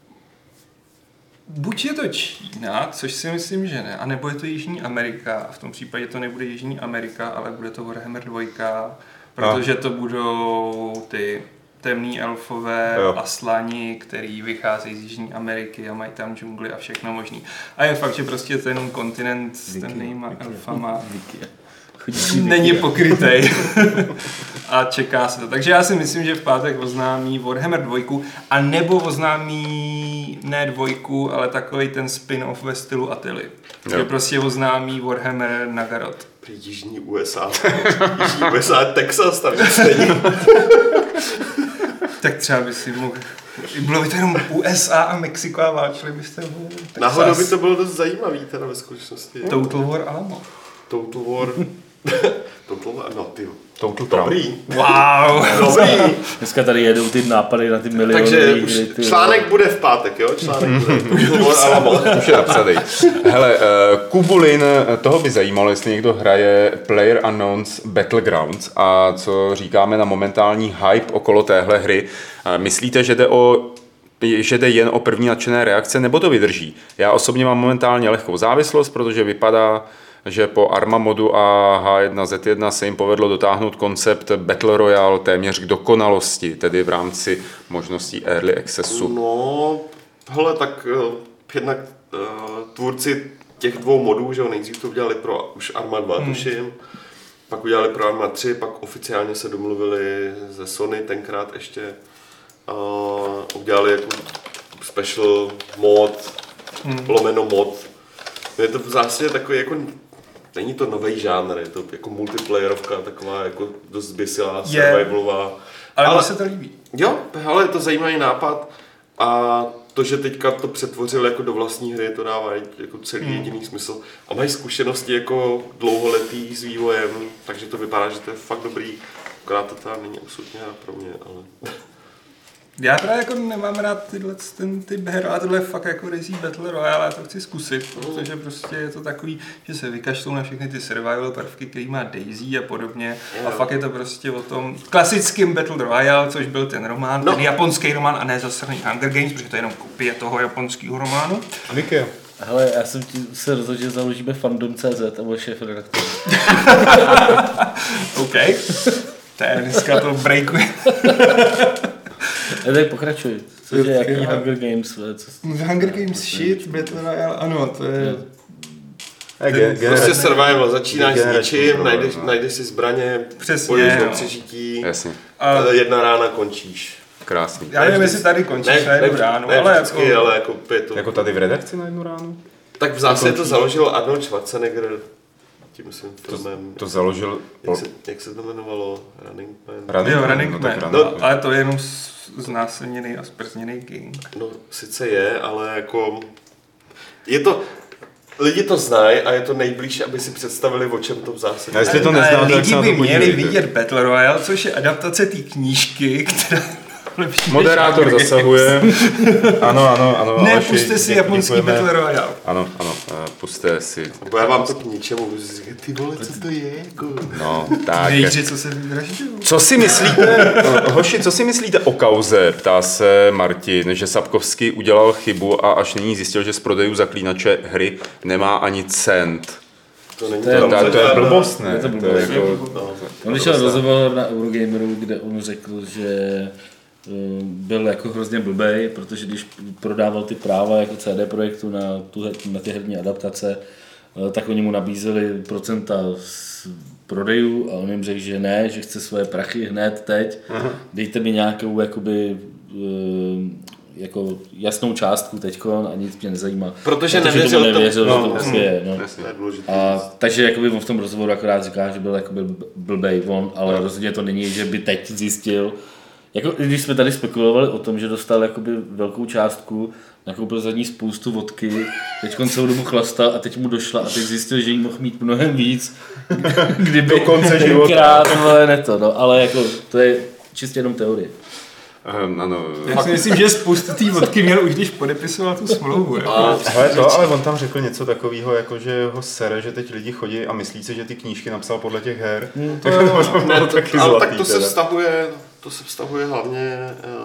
Buď je to Čína, což si myslím, že ne, anebo je to Jižní Amerika. A v tom případě to nebude Jižní Amerika, ale bude to Warhammer dva, protože to budou ty temný elfové Jo. a slani, který vycházejí z Jižní Ameriky a mají tam džungly a všechno možný. A je fakt, že prostě ten kontinent s temnýma elfama není pokrytej. A čeká se to. Takže já si myslím, že v pátek oznámí Warhammer dva, a nebo oznámí ne dvojku, ale takový ten spin-off ve stylu Attily. Že prostě oznámí Warhammer Nagaroth. prý Jižní U S A. Jižní U S A, Texas, tam nic není. Tak třeba by si mohl... Bylo by to jenom U S A a Mexiko a válčili byste v Texas. Náhodou by to bylo dost zajímavý teda ve skutečnosti. Total War Alamo. Total War. Total War, no ty. Total Dobrý. Wow. Dobrý. Dneska tady jedou ty nápady na ty miliony. Takže už článek bude v pátek, jo? Článek bude. Total War Alamo. Už je napsaný. Hele, uh, Kubulin, toho by zajímalo, jestli někdo hraje Player Unknown's Battlegrounds a co říkáme na momentální hype okolo téhle hry. Uh, myslíte, že jde o že jde jen o první nadšené reakce, nebo to vydrží? Já osobně mám momentálně lehkou závislost, protože vypadá, že po Arma modu a H jedna Z jedna se jim povedlo dotáhnout koncept Battle Royale téměř k dokonalosti, tedy v rámci možností Early Accessu. No, hele, tak uh, jednak uh, tvůrci těch dvou modů, že jo, nejdřív to udělali pro už Arma dva, hmm. tuším, pak udělali pro Arma tři, pak oficiálně se domluvili ze Sony tenkrát ještě, uh, udělali jako special mod, hmm. lomeno mod. Je to v zásadě takový jako, není to nový žánr, je to jako multiplayerovka, taková jako dost zběsilá, survivalová. Ale, ale mně se to líbí. Jo, ale je to zajímavý nápad a to, že teďka to přetvořili jako do vlastní hry, to dává jako celý hmm. jediný smysl. A mají zkušenosti jako dlouholetý s vývojem, takže to vypadá, že to je fakt dobrý. Akorát to teda není absolutně pro mě, ale... Já právě jako nemám rád tyhle, ten typ her, ale tohle je fakt jako Rizí Battle Royale, já to chci zkusit, protože prostě je to takový, že se vykašlou na všechny ty survival prvky, který má Daisy a podobně, a fakt je to prostě o tom klasickým Battle Royale, což byl ten román, no. ten japonský román a ne zasraný Hunger Games, protože to je jenom kopie toho japonského románu. Díky. Hele, já jsem ti se rozhodl, že založíme fandom tečka cé zet a byl šéf redaktor. OK. To je dneska to breakuje. Tak pokračuj. Co je jaký Hunger Games? Co... Hunger Games shit, Battle Royale, ano, to je... Ten, prostě survival, začínáš s ničím, najdeš, najdeš si zbraně, bojuješ do přežití, Jasně. A jedna rána končíš. Krásný. Já nevím, jestli tady končíš na jednu ránu, ne, ale vždycky, jako... ale jako je to... Jako tady v redakci na jednu ránu? Tak v zásadě to založil Arnold Schwarzenegger, tím svým filmem. To, to založil... Jak se, jak se to jmenovalo? Running Man? Running Jo, Man, Running no, Man, tak no, Running Man. ale to je jenom znásilněný a sprzněný gang. No, sice je, ale jako... Je to... Lidi to znají a je to nejblíž, aby si představili, o čem to v zásadě. A jestli to neznáte, tak se lidi na to by měli podívejte. vidět Battle Royale, což je adaptace té knížky, která... Moderátor zasahuje. Ano, ano, ano. Ne, Aleši, puste si děk- japonský děkujeme. Battle Royale. Ano, ano, uh, puste si. Bo já vám to k ničemu, budu si říkat, ty vole, co to je? Jako... No, tak. Vějře, co se vydražďují. Co si myslíte, no, hoši, co si myslíte o kauze, ptá se Martin, že Sapkovský udělal chybu a až nyní zjistil, že z prodejů zaklínače hry nemá ani cent. To není To je- To, to, to je žádná- blbost, ne? Je to To je blbost. jako, No. On vyšel rozhovor na Eurogameru, kde on řekl, že uh, byl jako hrozně blbej, protože když prodával ty práva jako C D Projektu na, tu, na ty herní adaptace, uh, tak oni mu nabízeli procenta z prodejů a on jim řekl, že ne, že chce svoje prachy hned teď. Aha. Dejte mi nějakou jakoby, uh, jako jasnou částku teďkon a nic mě nezajímá. Protože tomu nevěřil tomu- nevěřil, no, že to prostě je. No. To je důležitý. A, takže jakoby on v tom rozhovoru akorát říká, že byl jakoby blbej on, ale rozhodně to není, že by teď zjistil, jako když jsme tady spekulovali o tom, že dostal jakoby velkou částku, nakoupil za ní spoustu vodky, teď celou dobu chlastal a teď mu došla a teď zjistil, že jí mohl mít mnohem víc, kdyby do konce života. Krát, ale ne to, no, ale jako to je čistě jenom teorie. Um, ano. Já si myslím, že spoustu té vodky měl už, když podepisoval tu smlouvu. A, hele, to, ale on tam řekl něco takového, jako že ho sere, že teď lidi chodí a myslí si, že ty knížky napsal podle těch her. Hmm, to, to, ne, to, taky ale zlatý, tak to se vztahuje, to se vztahuje hlavně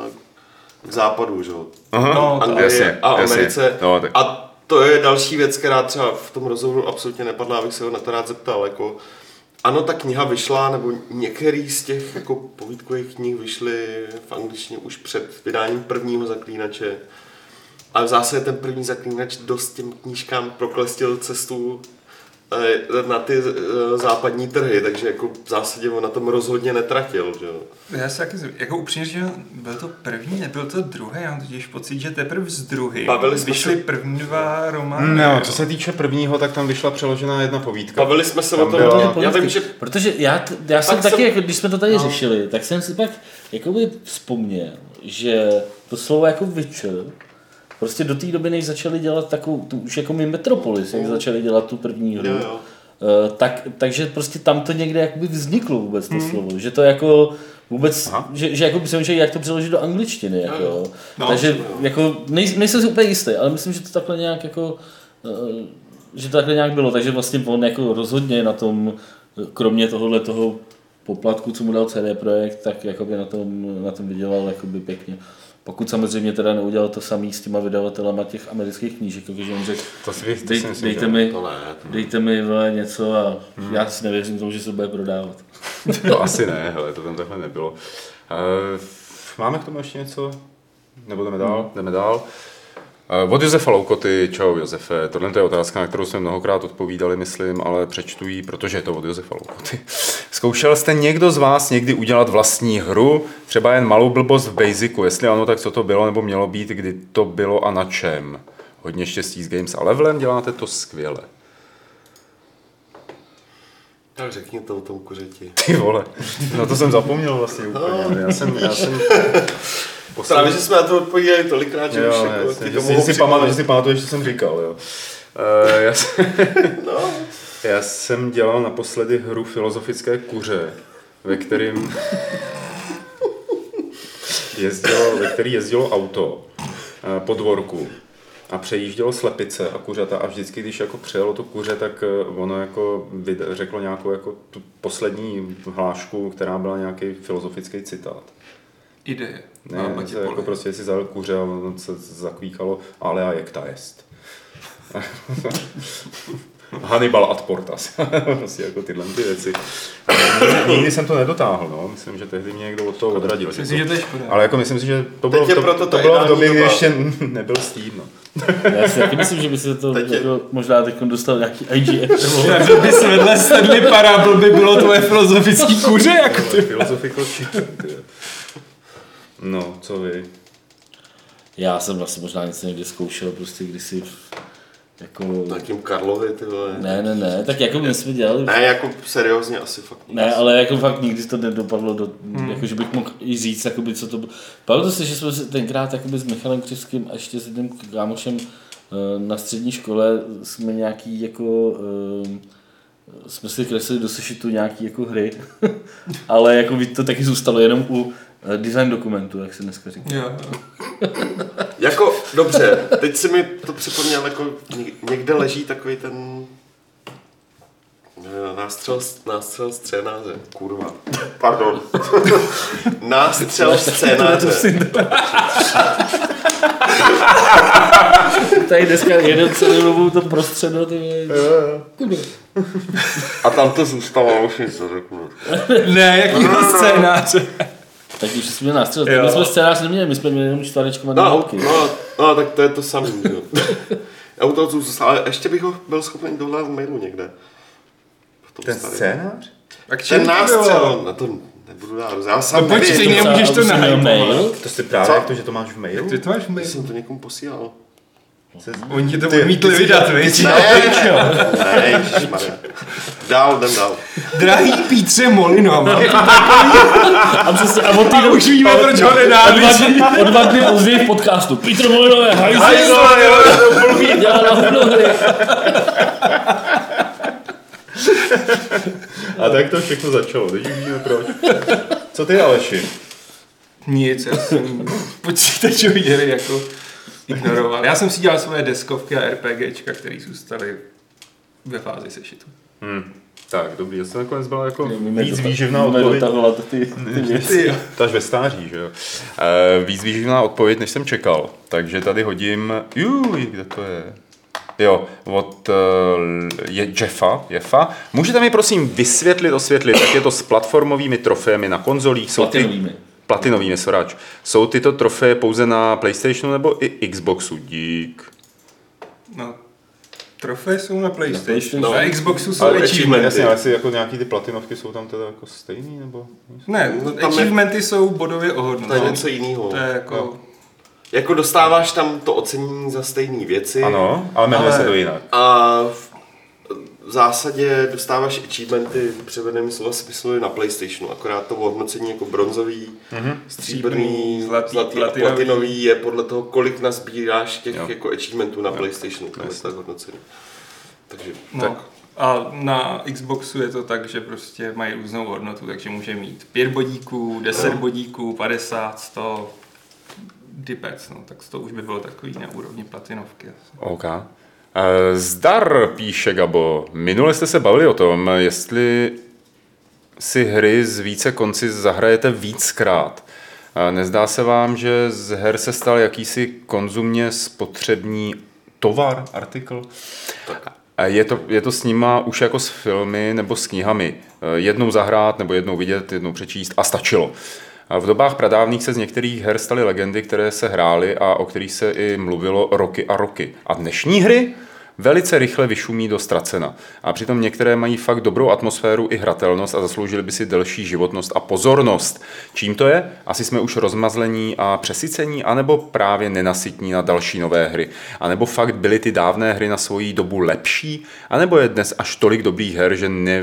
k západu, že jo? No, Anglie a Americe. No, a to je další věc, která třeba v tom rozhovoru absolutně nepadla, abych se ho na to rád zeptal, jako ano, ta kniha vyšla, nebo některý z těch jako povídkových knih vyšly v angličtině už před vydáním prvního Zaklínače. Ale v zásadě ten první Zaklínač dost těm knížkám proklestil cestu na ty západní trhy, takže jako v zásadě on na tom rozhodně netratil. Že? Já si jako upřímně, že byl to první, nebyl to druhý, já mám totiž pocit, že teprve z druhý vyšly se... první dva romány. No, co se týče prvního, tak tam vyšla přeložená jedna povídka. Bavili jsme se tam o tom, byla... já vím, že... Protože já, já jsem taky, jsem... Jako, když jsme to tady no. řešili, tak jsem si pak jakoby vzpomněl, že to slovo jako Witcher prostě do té doby, než začali dělat takovou, tu, už jako my Metropolis, jak začali dělat tu první hru, jo, jo. Uh, tak, takže prostě tam to někde jakoby vzniklo vůbec to hmm. slovo, že to jako vůbec, Aha. že, že jako myslím, že jak to přeložit do angličtiny, jako, jo. No, takže no. jako nej, nejsem si úplně jistý, ale myslím, že to takhle nějak jako, uh, že to takhle nějak bylo, takže vlastně on jako rozhodně na tom, kromě tohohle toho poplatku, co mu dal C D Projekt, tak jakoby na tom, na tom vydělal jakoby pěkně. Pokud samozřejmě teda neudělal to samý s těma vydavatelama těch amerických knížek, takže on řekl, dej, dejte, mi, dejte mi vole, něco a hmm. já si nevěřím tomu, že se bude prodávat. To asi ne, hele, to tam takhle nebylo. Uh, máme k tomu ještě něco? Nebo jdeme dál? Hmm. Jdeme dál. Uh, od Josefa Loukoty, čau Josefe, tohle je otázka, na kterou jsme mnohokrát odpovídali, myslím, ale přečtu ji, protože je to od Josefa Loukoty. Zkoušel jste někdo z vás někdy udělat vlastní hru, třeba jen malou blbost v Basicu, jestli ano, tak co to bylo nebo mělo být, kdy to bylo a na čem? Hodně štěstí s Games a Levelem, děláte to skvěle. Tak řekni to o tom kuřeti. Ty vole, no to jsem zapomněl vlastně úplně, já jsem... Já jsem... Poslední... Právě, že jsme na to odpovídali tolikrát, že jo, už jako, jasně, že, si, si pamatuju, že si pamatuješ, co jsem říkal, jo. Uh, já, jsem, no. já jsem dělal naposledy hru Filozofické kuře, ve kterým jezdilo, ve který jezdilo auto uh, po dvorku a přejíždělo slepice a kuřata a vždycky, když jako přejelo to kuře, tak ono jako řeklo nějakou jako tu poslední hlášku, která byla nějaký filozofický citát. Ideje. Ne, se jako prostě si zajel kuře a on se zakvíkalo, ale a jak ta jest. Hannibal ad portas. Prostě jako tyhle ty věci. Nikdy jsem to nedotáhl, no. Myslím, že tehdy mě někdo od toho odradil. Myslím si, že to je škoda. Ale jako myslím si, že to bylo, to, to, to bylo v době, kdy ještě nebyl Steam, no. Já si taky myslím, že by se to jako, možná teď dostal nějaký I G N. Takže by se vedle Stanley Parable by bylo tvoje filozofický kuře, jako ty. Philosophical chicken, ty. No, co vy? Já jsem vlastně možná něco někdy zkoušel, prostě kdysi jako... Takým Karlovi, ty vole. Ne, ne, ne, tak jako my jsme dělali... Ne, jako seriózně asi fakt. Ne, ale jako fakt nikdy to nedopadlo do... Hmm. Jako, že bych mohl i říct, jakoby, co to bylo. Pamatuju si, že jsme tenkrát jakoby, s Michalem Křivským a ještě s jedním kámošem na střední škole jsme nějaký jako... jsme si kreslili do sešitu nějaký jako hry, ale jako to taky zůstalo jenom u design dokumentu, jak se dneska říká. Jo. Jako, dobře, teď si mi to připomněl, jako někde leží takový ten nástřel, nástřel scénáře, kurva, pardon, nástřel scénáře. Tady dneska jeden celý dobu to prostředno, ty a tam to zůstalo, už nic neřeknu. Ne, jakýho scénáře? Tak když jsme měli nástřel, tak my jsme scénář neměli, my jsme měli jenom čtverečkované no, hlavky. No, no, tak to je to samé, jo. Auto zůstalo, ale ještě bych ho byl schopen dohledat v mailu někde. Ten scénář? Ten nástřel, na to nebudu dát, já sám no, nevím. Počkej, nemůžeš to najít. To jsi právě jak to, že to máš v mailu? Jak ty to máš v mailu? Já jsem to někomu posílal. Oni ti to odmítli vydat, víš? Ne, ne, ježišmarja. Dál, jdem dál. Drahý Pítře Molino, mám tu A přesně, a od té a už víme, proč ho o dva nenávidí. dny, o dva dny později v podcastu. Petr Molino je hajzl, Hajzl, jo, to blbý. dělá na hodnohry. A tak to všechno začalo, teď už víme proč. Co ty, Aleši? Nic, já jsem počítačové hry jako ignoroval. Já jsem si dělal svoje deskovky a RPGčka, které zůstaly ve fázi sešitu. Hmm. Tak, dobrý, já jsem nakonec byla jako Umíme víc dotah- výživná umíme odpověď. dotahovat ty, ty věci. Ty jo. To až ve stáří, že jo. E, víc výživná odpověď, než jsem čekal. Takže tady hodím, juj, kde to je? Jo, od uh, je Jeffa, Jeffa. Můžete mi prosím vysvětlit, osvětlit, jak je to s platformovými trofémy na konzolích? Jsou ty- Platinovými. Platinovými, soráč. Jsou tyto trofeje pouze na PlayStationu nebo i Xboxu? Dík. No, trofeje jsou na PlayStation, PlayStation. no. Na Xboxu jsou Ale achievementy. achievementy. Jasně, ale si jako nějaký ty platinovky jsou tam teda jako stejný, nebo? Ne, No, tam je- achievementy jsou bodově To je ohodnocené. něco jiného. To je jako... Jako dostáváš tam to ocenění za stejné věci. Ano, ale jmenuje Ale- se to jinak. A v v zásadě dostáváš achievementy v převedeném slova smyslu na PlayStationu, akorát to hodnocení jako bronzový, mm-hmm. stříbrný, Zlatý, zlatý, zlatý platinový. a platinový je podle toho, kolik nazbíráš těch Jo. jako achievementů na PlayStationu, tam je tak hodnocení. Takže No. tak. A na Xboxu je to tak, že prostě mají různou hodnotu, takže může mít pět bodíků, deset bodíků, padesát, sto, dipec, no, tak to už by bylo takový na úrovni platinovky. Asi. OK. Eh, Zdar, píše Gabo. Minule jste se bavili o tom, jestli si hry z více konci zahrajete víckrát. Eh, Nezdá se vám, že z her se stal jakýsi konzumně spotřební tovar, artikl? A Je to, je to s nima už jako s filmy nebo s knihami. Eh, Jednou zahrát nebo jednou vidět, jednou přečíst a stačilo. A v dobách pradávných se z některých her staly legendy, které se hrály a o kterých se i mluvilo roky a roky. A dnešní hry velice rychle vyšumí do ztracena. A přitom některé mají fakt dobrou atmosféru i hratelnost a zasloužili by si delší životnost a pozornost. Čím to je? Asi jsme už rozmazlení a přesycení, anebo právě nenasytní na další nové hry. A nebo fakt byly ty dávné hry na svoji dobu lepší? A nebo je dnes až tolik dobrých her, že ne...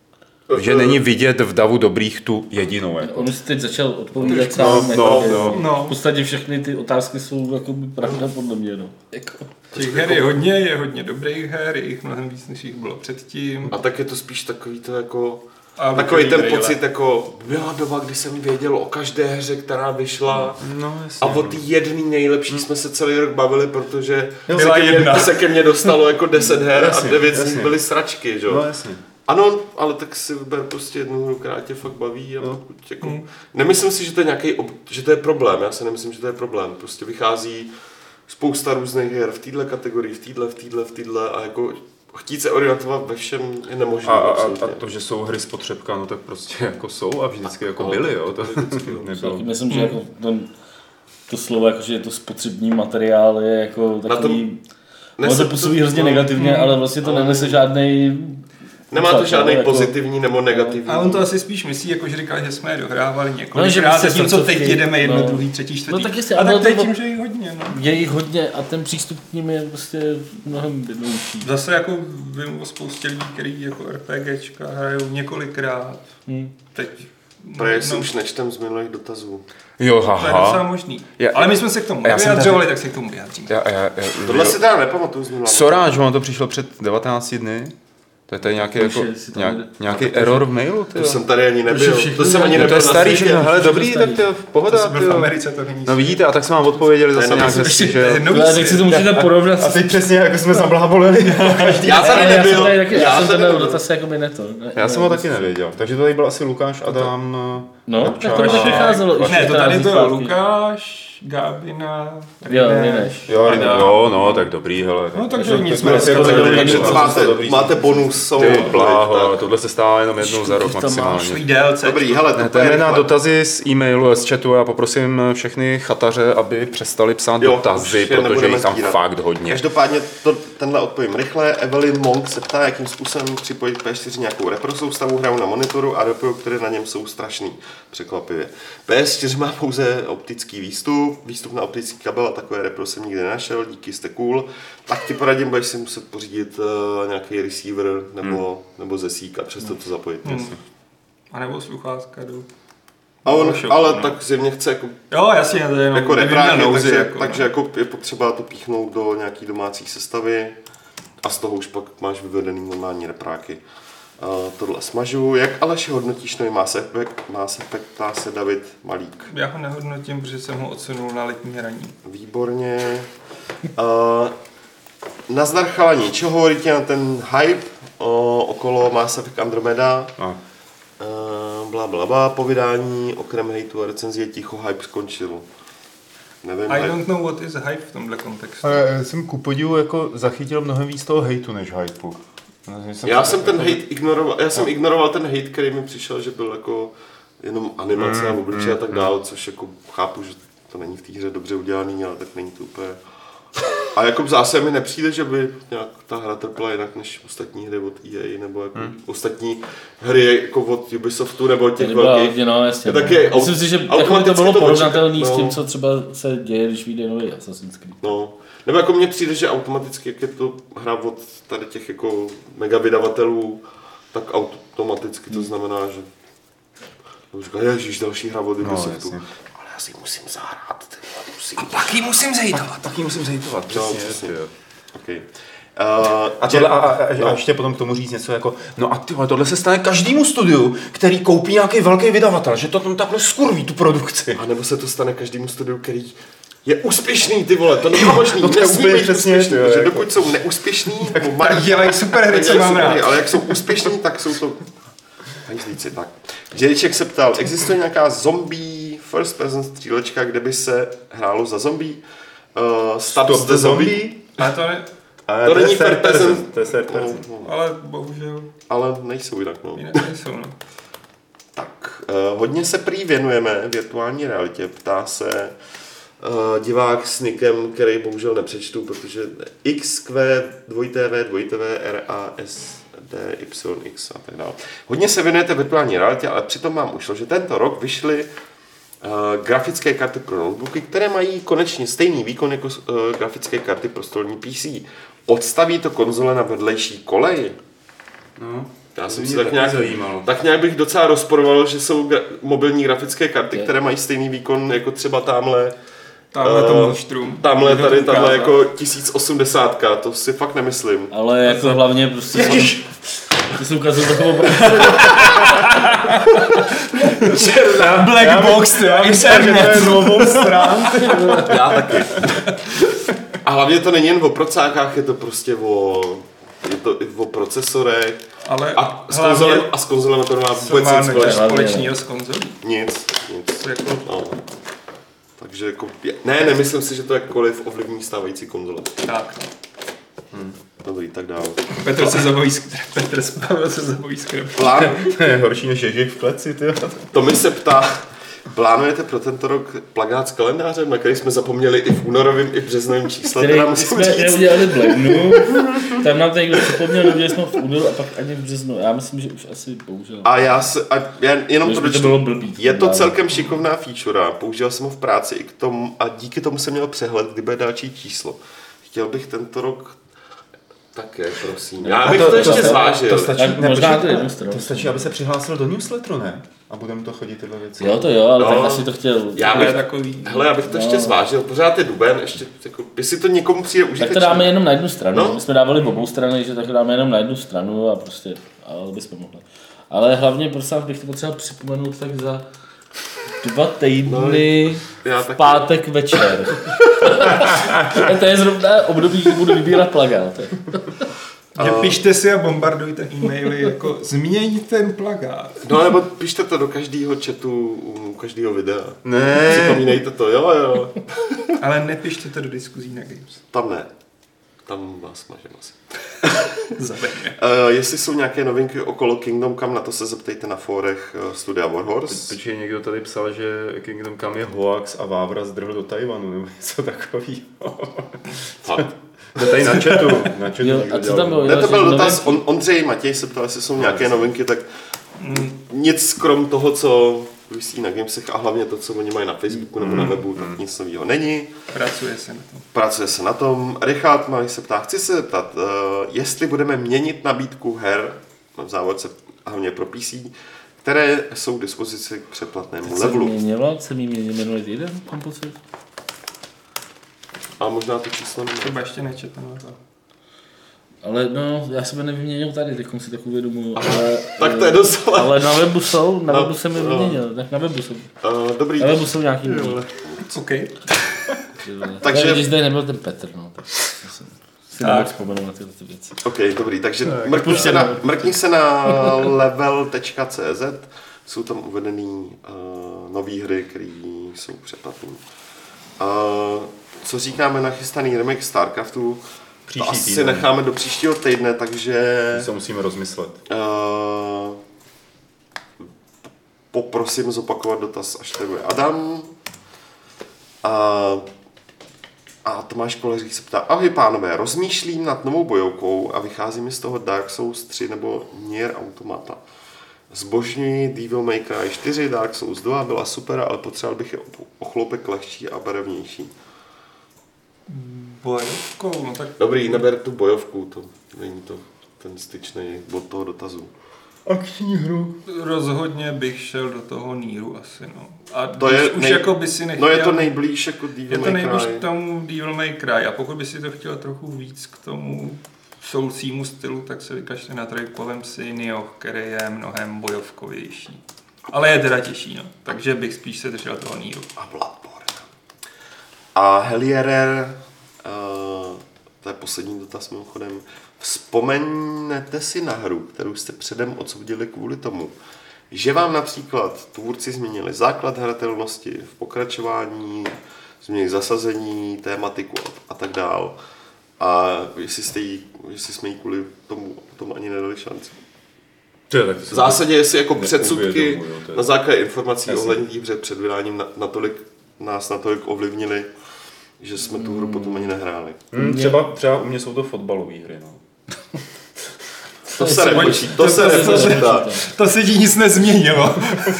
že není vidět v davu dobrých tu jedinou. Jako. On už si teď začal odpovídat No, sám. no, jako, no. No. V podstatě všechny ty otázky jsou jako pravda podle mě. No. Jako. Těch her je hodně, je hodně dobrých her, je jich mnohem víc, než jich bylo předtím. A tak je to spíš takový to jako... A Takový ten brýle. pocit, jako byla doba, kdy jsem věděl o každé hře, která vyšla. No, jasně, A o té jedné nejlepší jsme se celý rok bavili, protože Byla se ke, mně, jedna. se ke mně dostalo jako deset her Jasně, a devět z jasně. nich byly sračky, že? No jasně. Ano, ale tak si vyber prostě jednu hru, která tě fakt baví a No. pokud jako... Mm. Nemyslím si, že to je nějaký, ob... že to je problém, já si nemyslím, že to je problém. Prostě vychází spousta různých her v této kategorii, v této, v této, v této a jako chtít se orientovat ve všem je nemožné. A, a, a to, že jsou hry spotřebka, no tak prostě jako jsou a vždycky jako no, byly, jo. To vždycky, jo. nebylo. Taky myslím, že jako ten, to slovo, jako, že je to spotřební materiál, je jako takový... Ono to působí hrozně no, negativně, ale vlastně to nenese žádnej... Nemá to obsah, žádný no, jako- pozitivní nebo negativní. A on to asi spíš myslí, jako že říkal, že jsme je dohrávali No, že několikrát, prostě zatímco teď srdcovky, jedeme jedno, no. druhý, třetí, čtvrtý. No tak jestli, a ale tak to- teď tím, že je hodně, no. Je jich hodně a ten přístup k ním je prostě mnohem jednodušší. Zase jako vím o spoustě lidí, kteří jako RPGčka hrajou několikrát. Hmm. Teď. Protože si no, už nečtem z minulých dotazů. Jo, to je docela haha. možný. Já- Ale my jsme se k tomu já jsem vyjadřovali, tady- tak se k tomu vyjádříme. Já, já, já, Tohle jo. si teda nepamatuju z minulého. Soráč, ono to přišlo před devatenácti dny. To je tady nějaký, Píše, jako, jestli tam nějak, bude. nějaký error v mailu, ty To jo. jsem tady ani nebyl. To všechno To jsem ani je- No to nebyl je starý na světě. všechno, hele, všechno dobrý, starý. tak to pohoda, To jsi byl ty v jo. Americe, to není No vidíte, a tak jsme vám odpověděli zase Ne, nějak no, hezky, To že je jo. nový Já teď si to můžete porovnat. A teď přesně jako jsme zablábolili. Já tady Ale já jsem nebyl. tady taky, já Já jsem tady ten nebyl. dotaz jako by ne to. Ne, Já ne, jsem ho taky prostě- nevěděl. Takže tady byl asi Lukáš, Adam, No, Kapčák. tak to tak vycházelo. už Ne, to čtrnáct tady dní to je zpátky. Lukáš, Gábina, Jo, Rineš. Rineš. Jo, Adam. jo, no, tak dobrý, hele. No, takže tak nic jsme jsme asi jako dneska zaujali, zaujali, takže že to máte, bylo dobrý. máte bonus. Ty jsou- bláho, tak. tohle se stává jenom jednou za rok Kolik tam maximálně. Šlý délce. Dobrý, hele, to Ne, to je je na rychle. dotazy z e-mailu a z chatu. Já poprosím všechny chataře, aby přestali psát Jo, dotazy, už je protože nebudeme jich tam sbírat. fakt hodně. Každopádně to tenhle odpovím rychle. Evelyn Monk se ptá, jakým způsobem připojit P čtyři nějakou repro soustavu, hraju na monitoru a repro, které na něm jsou strašný, překvapivě. P S čtyři má pouze optický výstup, výstup na optický kabel a takové repro jsem nikdy nenašel, díky, jste cool. Tak ti poradím, budeš si muset pořídit uh, nějaký receiver nebo, hmm. nebo zesík a přesto to zapojit. Hmm. A nebo sluchátka jdu. A on, shop, ale no. tak zjevně chce jako, jo, jasně, to je jenom, jako repráky, nouzi, takže, jako, takže jako je potřeba to píchnout do nějaký domácí sestavy a z toho už pak máš vyvedený normální repráky. Uh, tohle smažu. Jak Aleši hodnotíš nový Mass Effect? Mass Effect, ptá se David Malík. Já ho nehodnotím, protože jsem ho odsunul na letní hraní. Výborně. Uh, nazdar chalani, čeho hovoríte na ten hype uh, okolo Mass Effect Andromeda? No. Uh, bla, bla, bla, po vydání, okrem hejtu a recenzí je ticho, hype skončil. Nevím, I hype. don't know what is hype v tomhle kontextu. Ale já jsem ku podivu jako zachytil mnohem víc toho hejtu než hypeu. Já jsem ten hate ignoroval, já jsem no. ignoroval ten hate, který mi přišel, že byl jako jenom animace mm, a obličeje mm, a tak dále, což jako chápu, že to není v té hře dobře udělaný, ale tak není to úplně. A jako zase mi nepřijde, že by nějak ta hra trpěla jinak než ostatní hry od E A nebo jako hmm. ostatní hry jako od Ubisoftu nebo těch velkých. Hodně, no, jasně, no. Myslím si, že jako to bylo porovnatelné no. s tím, co třeba se děje, když vyjde nový Assassin's Creed. No. Nebo jako mně přijde, že automaticky, jak je to hra od tady těch jako mega vydavatelů, tak automaticky to znamená, že to říká, ježiš, další hra od Ubisoftu. No, ale já si musím zahrát. Musím... A pak ji musím zhejtovat. Tak ji musím zhejtovat, přesně. No, přesně. Okay. Uh, a, tohle, a, a, no. a ještě potom k tomu říct něco jako, no a tyhle, tohle se stane každému studiu, který koupí nějaký velký vydavatel, že to tam takhle skurví tu produkci. A nebo se to stane každému studiu, který je úspěšný, ty vole, to není možný, no to nesmí být přesně, úspěšný, jo, protože jako. dokud jsou neúspěšní, tak, tak dělají super hry, co mám rád. Ale jak jsou úspěšní, tak jsou to hajzlíci, tak. Dědeček se ptal, existuje nějaká zombie first person střílečka, kde by se hrálo za zombie? Uh, Stop, Stop the zombie? zombie? Ale to ne... Ale to, to není third person. person. To je third person. No, no. Ale bohužel... Ale nejsou jinak, no. Jinak nejsou, no. Tak, uh, hodně se prý věnujeme virtuální realitě, ptá se uh, divák s nikem, který bohužel nepřečtu, protože X Q dva T V dva T V R A S D Y X a tak dále. Hodně se věnujete virtuální realitě, ale přitom vám ušlo, že tento rok vyšly uh, grafické karty pro notebooky, které mají konečně stejný výkon jako uh, grafické karty pro stolní P C. Odstaví to konzole na vedlejší kolej? No. Já jsem si tak nějak, tak nějak bych docela rozporoval, že jsou gra- mobilní grafické karty, je. které mají stejný výkon jako třeba tamhle. Tamhle uh, to monštrum. Tamhle tady, tamhle jako tisíc osmdesát, to si fakt nemyslím. Ale jako se... hlavně prostě... Ježiš! Ty jsi ukazil takovou Černá black box, ty já myslím, že to je novou strán. Já taky. A hlavně to není jen o procákách, je to prostě o... Je to i o procesorech. Ale a s konzolem, a s konzolem to má vůbec nic společného. společného s konzolí. Nic, nic. Jako... No. Takže jako, ne, nemyslím si, že to jakkoliv ovlivní stávající konzole. Tak. Hmm. Dobrý, tak dál. Petr se zabojí Petr se zabojí skrb. Plán... To je horší než ježek v kleci, ty. To mi se ptá, plánujete pro tento rok plagát s kalendářem, na který jsme zapomněli i v únorovém, i v březnovém čísle? Který teda jsme neudělali v lednu, tam nám tady kdo připomněl, neudělali jsme v únoru a pak ani v březnu. Já myslím, že už asi bohužel. A já se, a já jenom to dočtu, bylo blbý, je to celkem šikovná feature, použil jsem ho v práci i k tomu a díky tomu jsem měl přehled, kdy bude další číslo. Chtěl bych tento rok také, prosím. Já bych to, to ještě to zvážil. To stačí, ne, možná to, jednu to stačí, aby se přihlásil do newsletteru, ne? A budeme to chodit tyhle věci. Jo, to jo, ale no, tak asi to chtěl. Já bych, takový... hele, já bych to no. ještě zvážil. Pořád je duben, ještě, jako, jestli to někomu přijde užitečné. Tak to dáme jenom na jednu stranu. No. My jsme dávali v obou strany, že tak to dáme jenom na jednu stranu a prostě, ale bychom mohli. Ale hlavně, prosím, bych to potřeboval připomenout tak za dva týdny no, v pátek večer. To je zrovna období, kdy budu vybírat plagát. Že pište si a bombardujte e-maily, jako změňte ten plagát. No nebo pište to do každého chatu, u každého videa. Ne. Připomínejte to, jo, jo. Ale nepište to do diskuzí na Games. Tam ne. Tam vás mažem asi. Zabeďme. Uh, jestli jsou nějaké novinky okolo Kingdom Come, na to se zeptejte na fórech uh, Studia Warhorse. Počkej, někdo tady psal, že Kingdom Come je hoax a Vávra zdrhl do Tajvanu, nebo něco takového. Fakt. To tady na chatu. Na chatu Jo, a co tam bylo? Ne, to byl Novinky? dotaz, On, Ondřej Matěj se ptal, jestli jsou nějaké novinky, tak nic krom toho, co visí na Gamesech a hlavně to, co oni mají na Facebooku nebo na webu, tak nic nového není. Pracuje se na tom. Pracuje se na tom. Richard Malý se ptá, chci se zeptat, uh, jestli budeme měnit nabídku her, v závodce hlavně pro P C, které jsou k dispozici k předplatnému Co levelu. měnilo? Co mi měnilo minulý týden, mám pocit? A možná to číslo nemá. Třeba ještě nečetl na to. Ale no, já jsem je nevyměnil tady, teď si tak uvědomuji. Ale, Tak to je docela. ale na webu jsou, na No, webu jsem je no. vyměnil, tak na webu jsou. Uh, dobrý. Na webu jsou nějaký OK. Takže... Takže- Když zde nebyl ten Petr, no, tak jsem si nemohl vzpomenout na tyhle ty věci. OK, dobrý, takže mrkni se na, mrkni se na level tečka cé zet, jsou tam uvedený uh, nové hry, které jsou předplatné. Uh, co říkáme na chystaný remake StarCraftu, Příští to asi týden. necháme do příštího týdne, takže My se musíme rozmyslet. uh, poprosím zopakovat dotaz, až to bude Adam. A A Tomáš Koleřík se ptá, ahoj pánové, rozmýšlím nad novou bojovkou a vychází mi z toho Dark Souls tři nebo Nier Automata. Zbožňuji Devil May Cry čtyři, Dark Souls dva byla super, ale potřeboval bych je o chloupek lehčí a barevnější. Bojovkou, no tak Dobrý, neber tu bojovku, to není to ten styčný bod toho dotazu. Akční hru. rozhodně bych šel do toho Níru asi, no. A To když je už nej... jako by si nechtěl... No je to nejblíž jako Devil Je to May nejblíž Cry. k tomu Devil May Cry a pokud by si to chtěl trochu víc k tomu soulsímu stylu, tak se vykašle na trojkolem si Nioh, který je mnohem bojovkovější. Ale je teda těžší, no. Takže bych spíš se držel toho Níru. A Bloodborne. A Helierer, uh, to je poslední dotaz mimochodem, vzpomenete si na hru, kterou jste předem odsoudili kvůli tomu, že vám například tvůrci změnili základ hratelnosti v pokračování, změnili zasazení, tématiku a tak dál. A jestli, jste jí, jestli jsme jí kvůli tomu, tomu ani nedali šanci. V zásadě, jestli jako předsudky uvědomuju, to je- na základě informací Jasně. ohledně té hře před vydáním na, natolik, nás natolik ovlivnili, že jsme tu hru potom ani nehráli. Hmm, třeba, třeba u mě jsou to fotbalové hry. No. To se nepočítá. To se nepočítá. To se ti nic nezměnilo.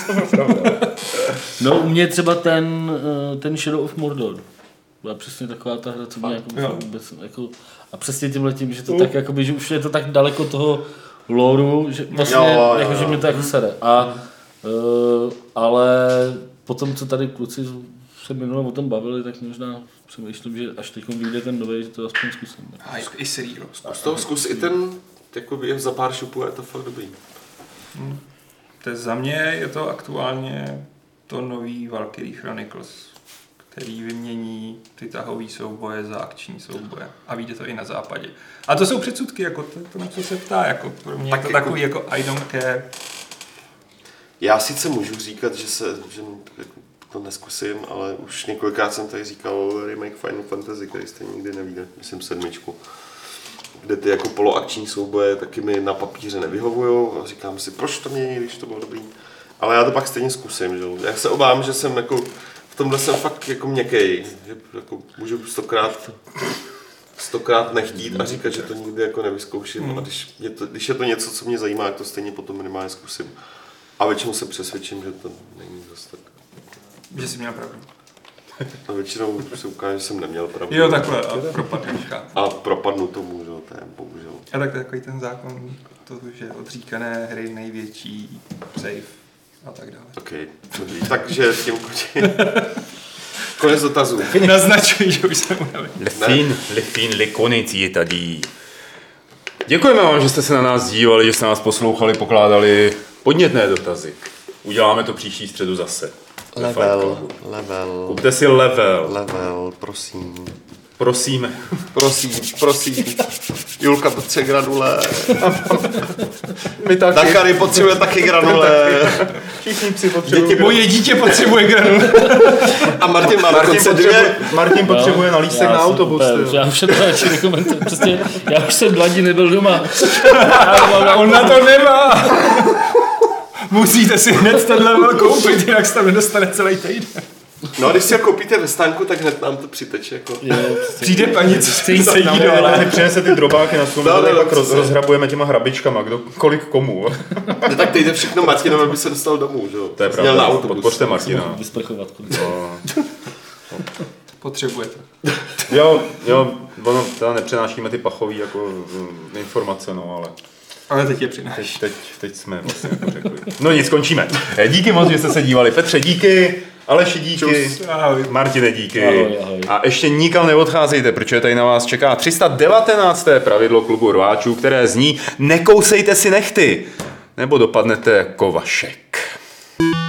No, u mě třeba ten, eh, ten Shadow of Mordor. Byla přesně taková ta hra, co mě jako, Jo. vůbec, jako, a přesně tímhle tím, že to tak, jakoby, že už je to tak daleko toho loreu, že vlastně, Jo, jo, jako, jo. že mě to jako sere. A, uh, ale potom, co tady kluci se minule o tom bavili, tak možná přemýšlím, že až teď vyjde ten nový, že to aspoň zkusím. A i Sirio. Z toho zkus i ten, jakoby za pár šupů je to fakt dobrý. To je za mě je to aktuálně to nový Valkyrie Chronicles, který vymění ty tahové souboje za akční souboje. A vyjde to i na západě. A to jsou předsudky, jako to, to na co se ptá, jako pro mě Tak je to jako- takový jako I don't care. Já sice můžu říkat, že, se, že jako to neskusím, ale už několikrát jsem tady říkal remake Final Fantasy, který jste nikdy nevíde, myslím sedmičku. Kde ty jako poloakční souboje taky mi na papíře nevyhovujou a říkám si, proč to mění, když to bylo dobrý. Ale já to pak stejně zkusím, že? Já se obávám, že jsem jako, v tomhle jsem fakt jako měkkej, že jako můžu stokrát, stokrát nechtít a říkat, že to nikdy jako nevyzkouším. A když, je to, když je to něco, co mě zajímá, tak to stejně potom minimálně zkusím. A většinou se přesvědčím, že to není zase tak. Že jsi měl pravdu. A většinou se ukáže, že jsem neměl pravdu. Jo, takhle, a propadneš, chápu. A propadnu tomu, že jo, to je bohužel. A tak to je takový ten zákon, to, že odříkané hry největší, safe a tak dále. OK, dobrý. Takže tím končí. Konec dotazů. Naznačuji, že už jsem unavený. Lefin, Lefin, Lekonic je tady. Děkujeme vám, že jste se na nás dívali, že jste nás poslouchali, pokládali podnětné dotazy. Uděláme to příští středu zase. Level, level, Kupte si level. level, prosím. Prosíme. Prosím, prosím. Julka potřebuje granule. My taky. Dakary potřebuje taky granule. Všichni psi potřebují. Děti Moje dítě potřebuje granul. A Martin má Martin dokonce potřebuje, dvě. Martin potřebuje na lístek Já na jsem autobus. úplně- ty jo. Já už jsem to radši nekomentuji, prostě, já už jsem dva dny nebyl doma. On na to nemá. Musíte si hned tenhle level koupit, jinak se tam nedostane celý týden. No a když si ho koupíte ve stánku, tak hned nám to přiteče. Jako. Přijde paní, co chce jí sedí dole. Ty přinese ty drobáky na stůl, No, my no, tady no, pak roz, přesně. rozhrabujeme těma hrabičkama, kdo, kolik komu. No, tak dejte všechno Martinovi, aby se dostal domů, že jo? To je Měl na pravda, autobus. podpořte Martina. Vysprchovat. No. Potřebujete. Jo, jo, ono, teda nepřenášíme ty pachový jako mm, informace, no, ale Ale teď je teď, přináš. teď, teď jsme vlastně jako řekli. No nic, končíme. Eh, Díky moc, že jste se dívali. Petře, díky. Aleši, díky. Čus. Ahoj. Martine, díky. Ahoj, ahoj. A ještě nikam neodcházejte, protože tady na vás čeká tři sta devatenácté pravidlo klubu rváčů, které zní: nekousejte si nechty, nebo dopadnete jako Vašek.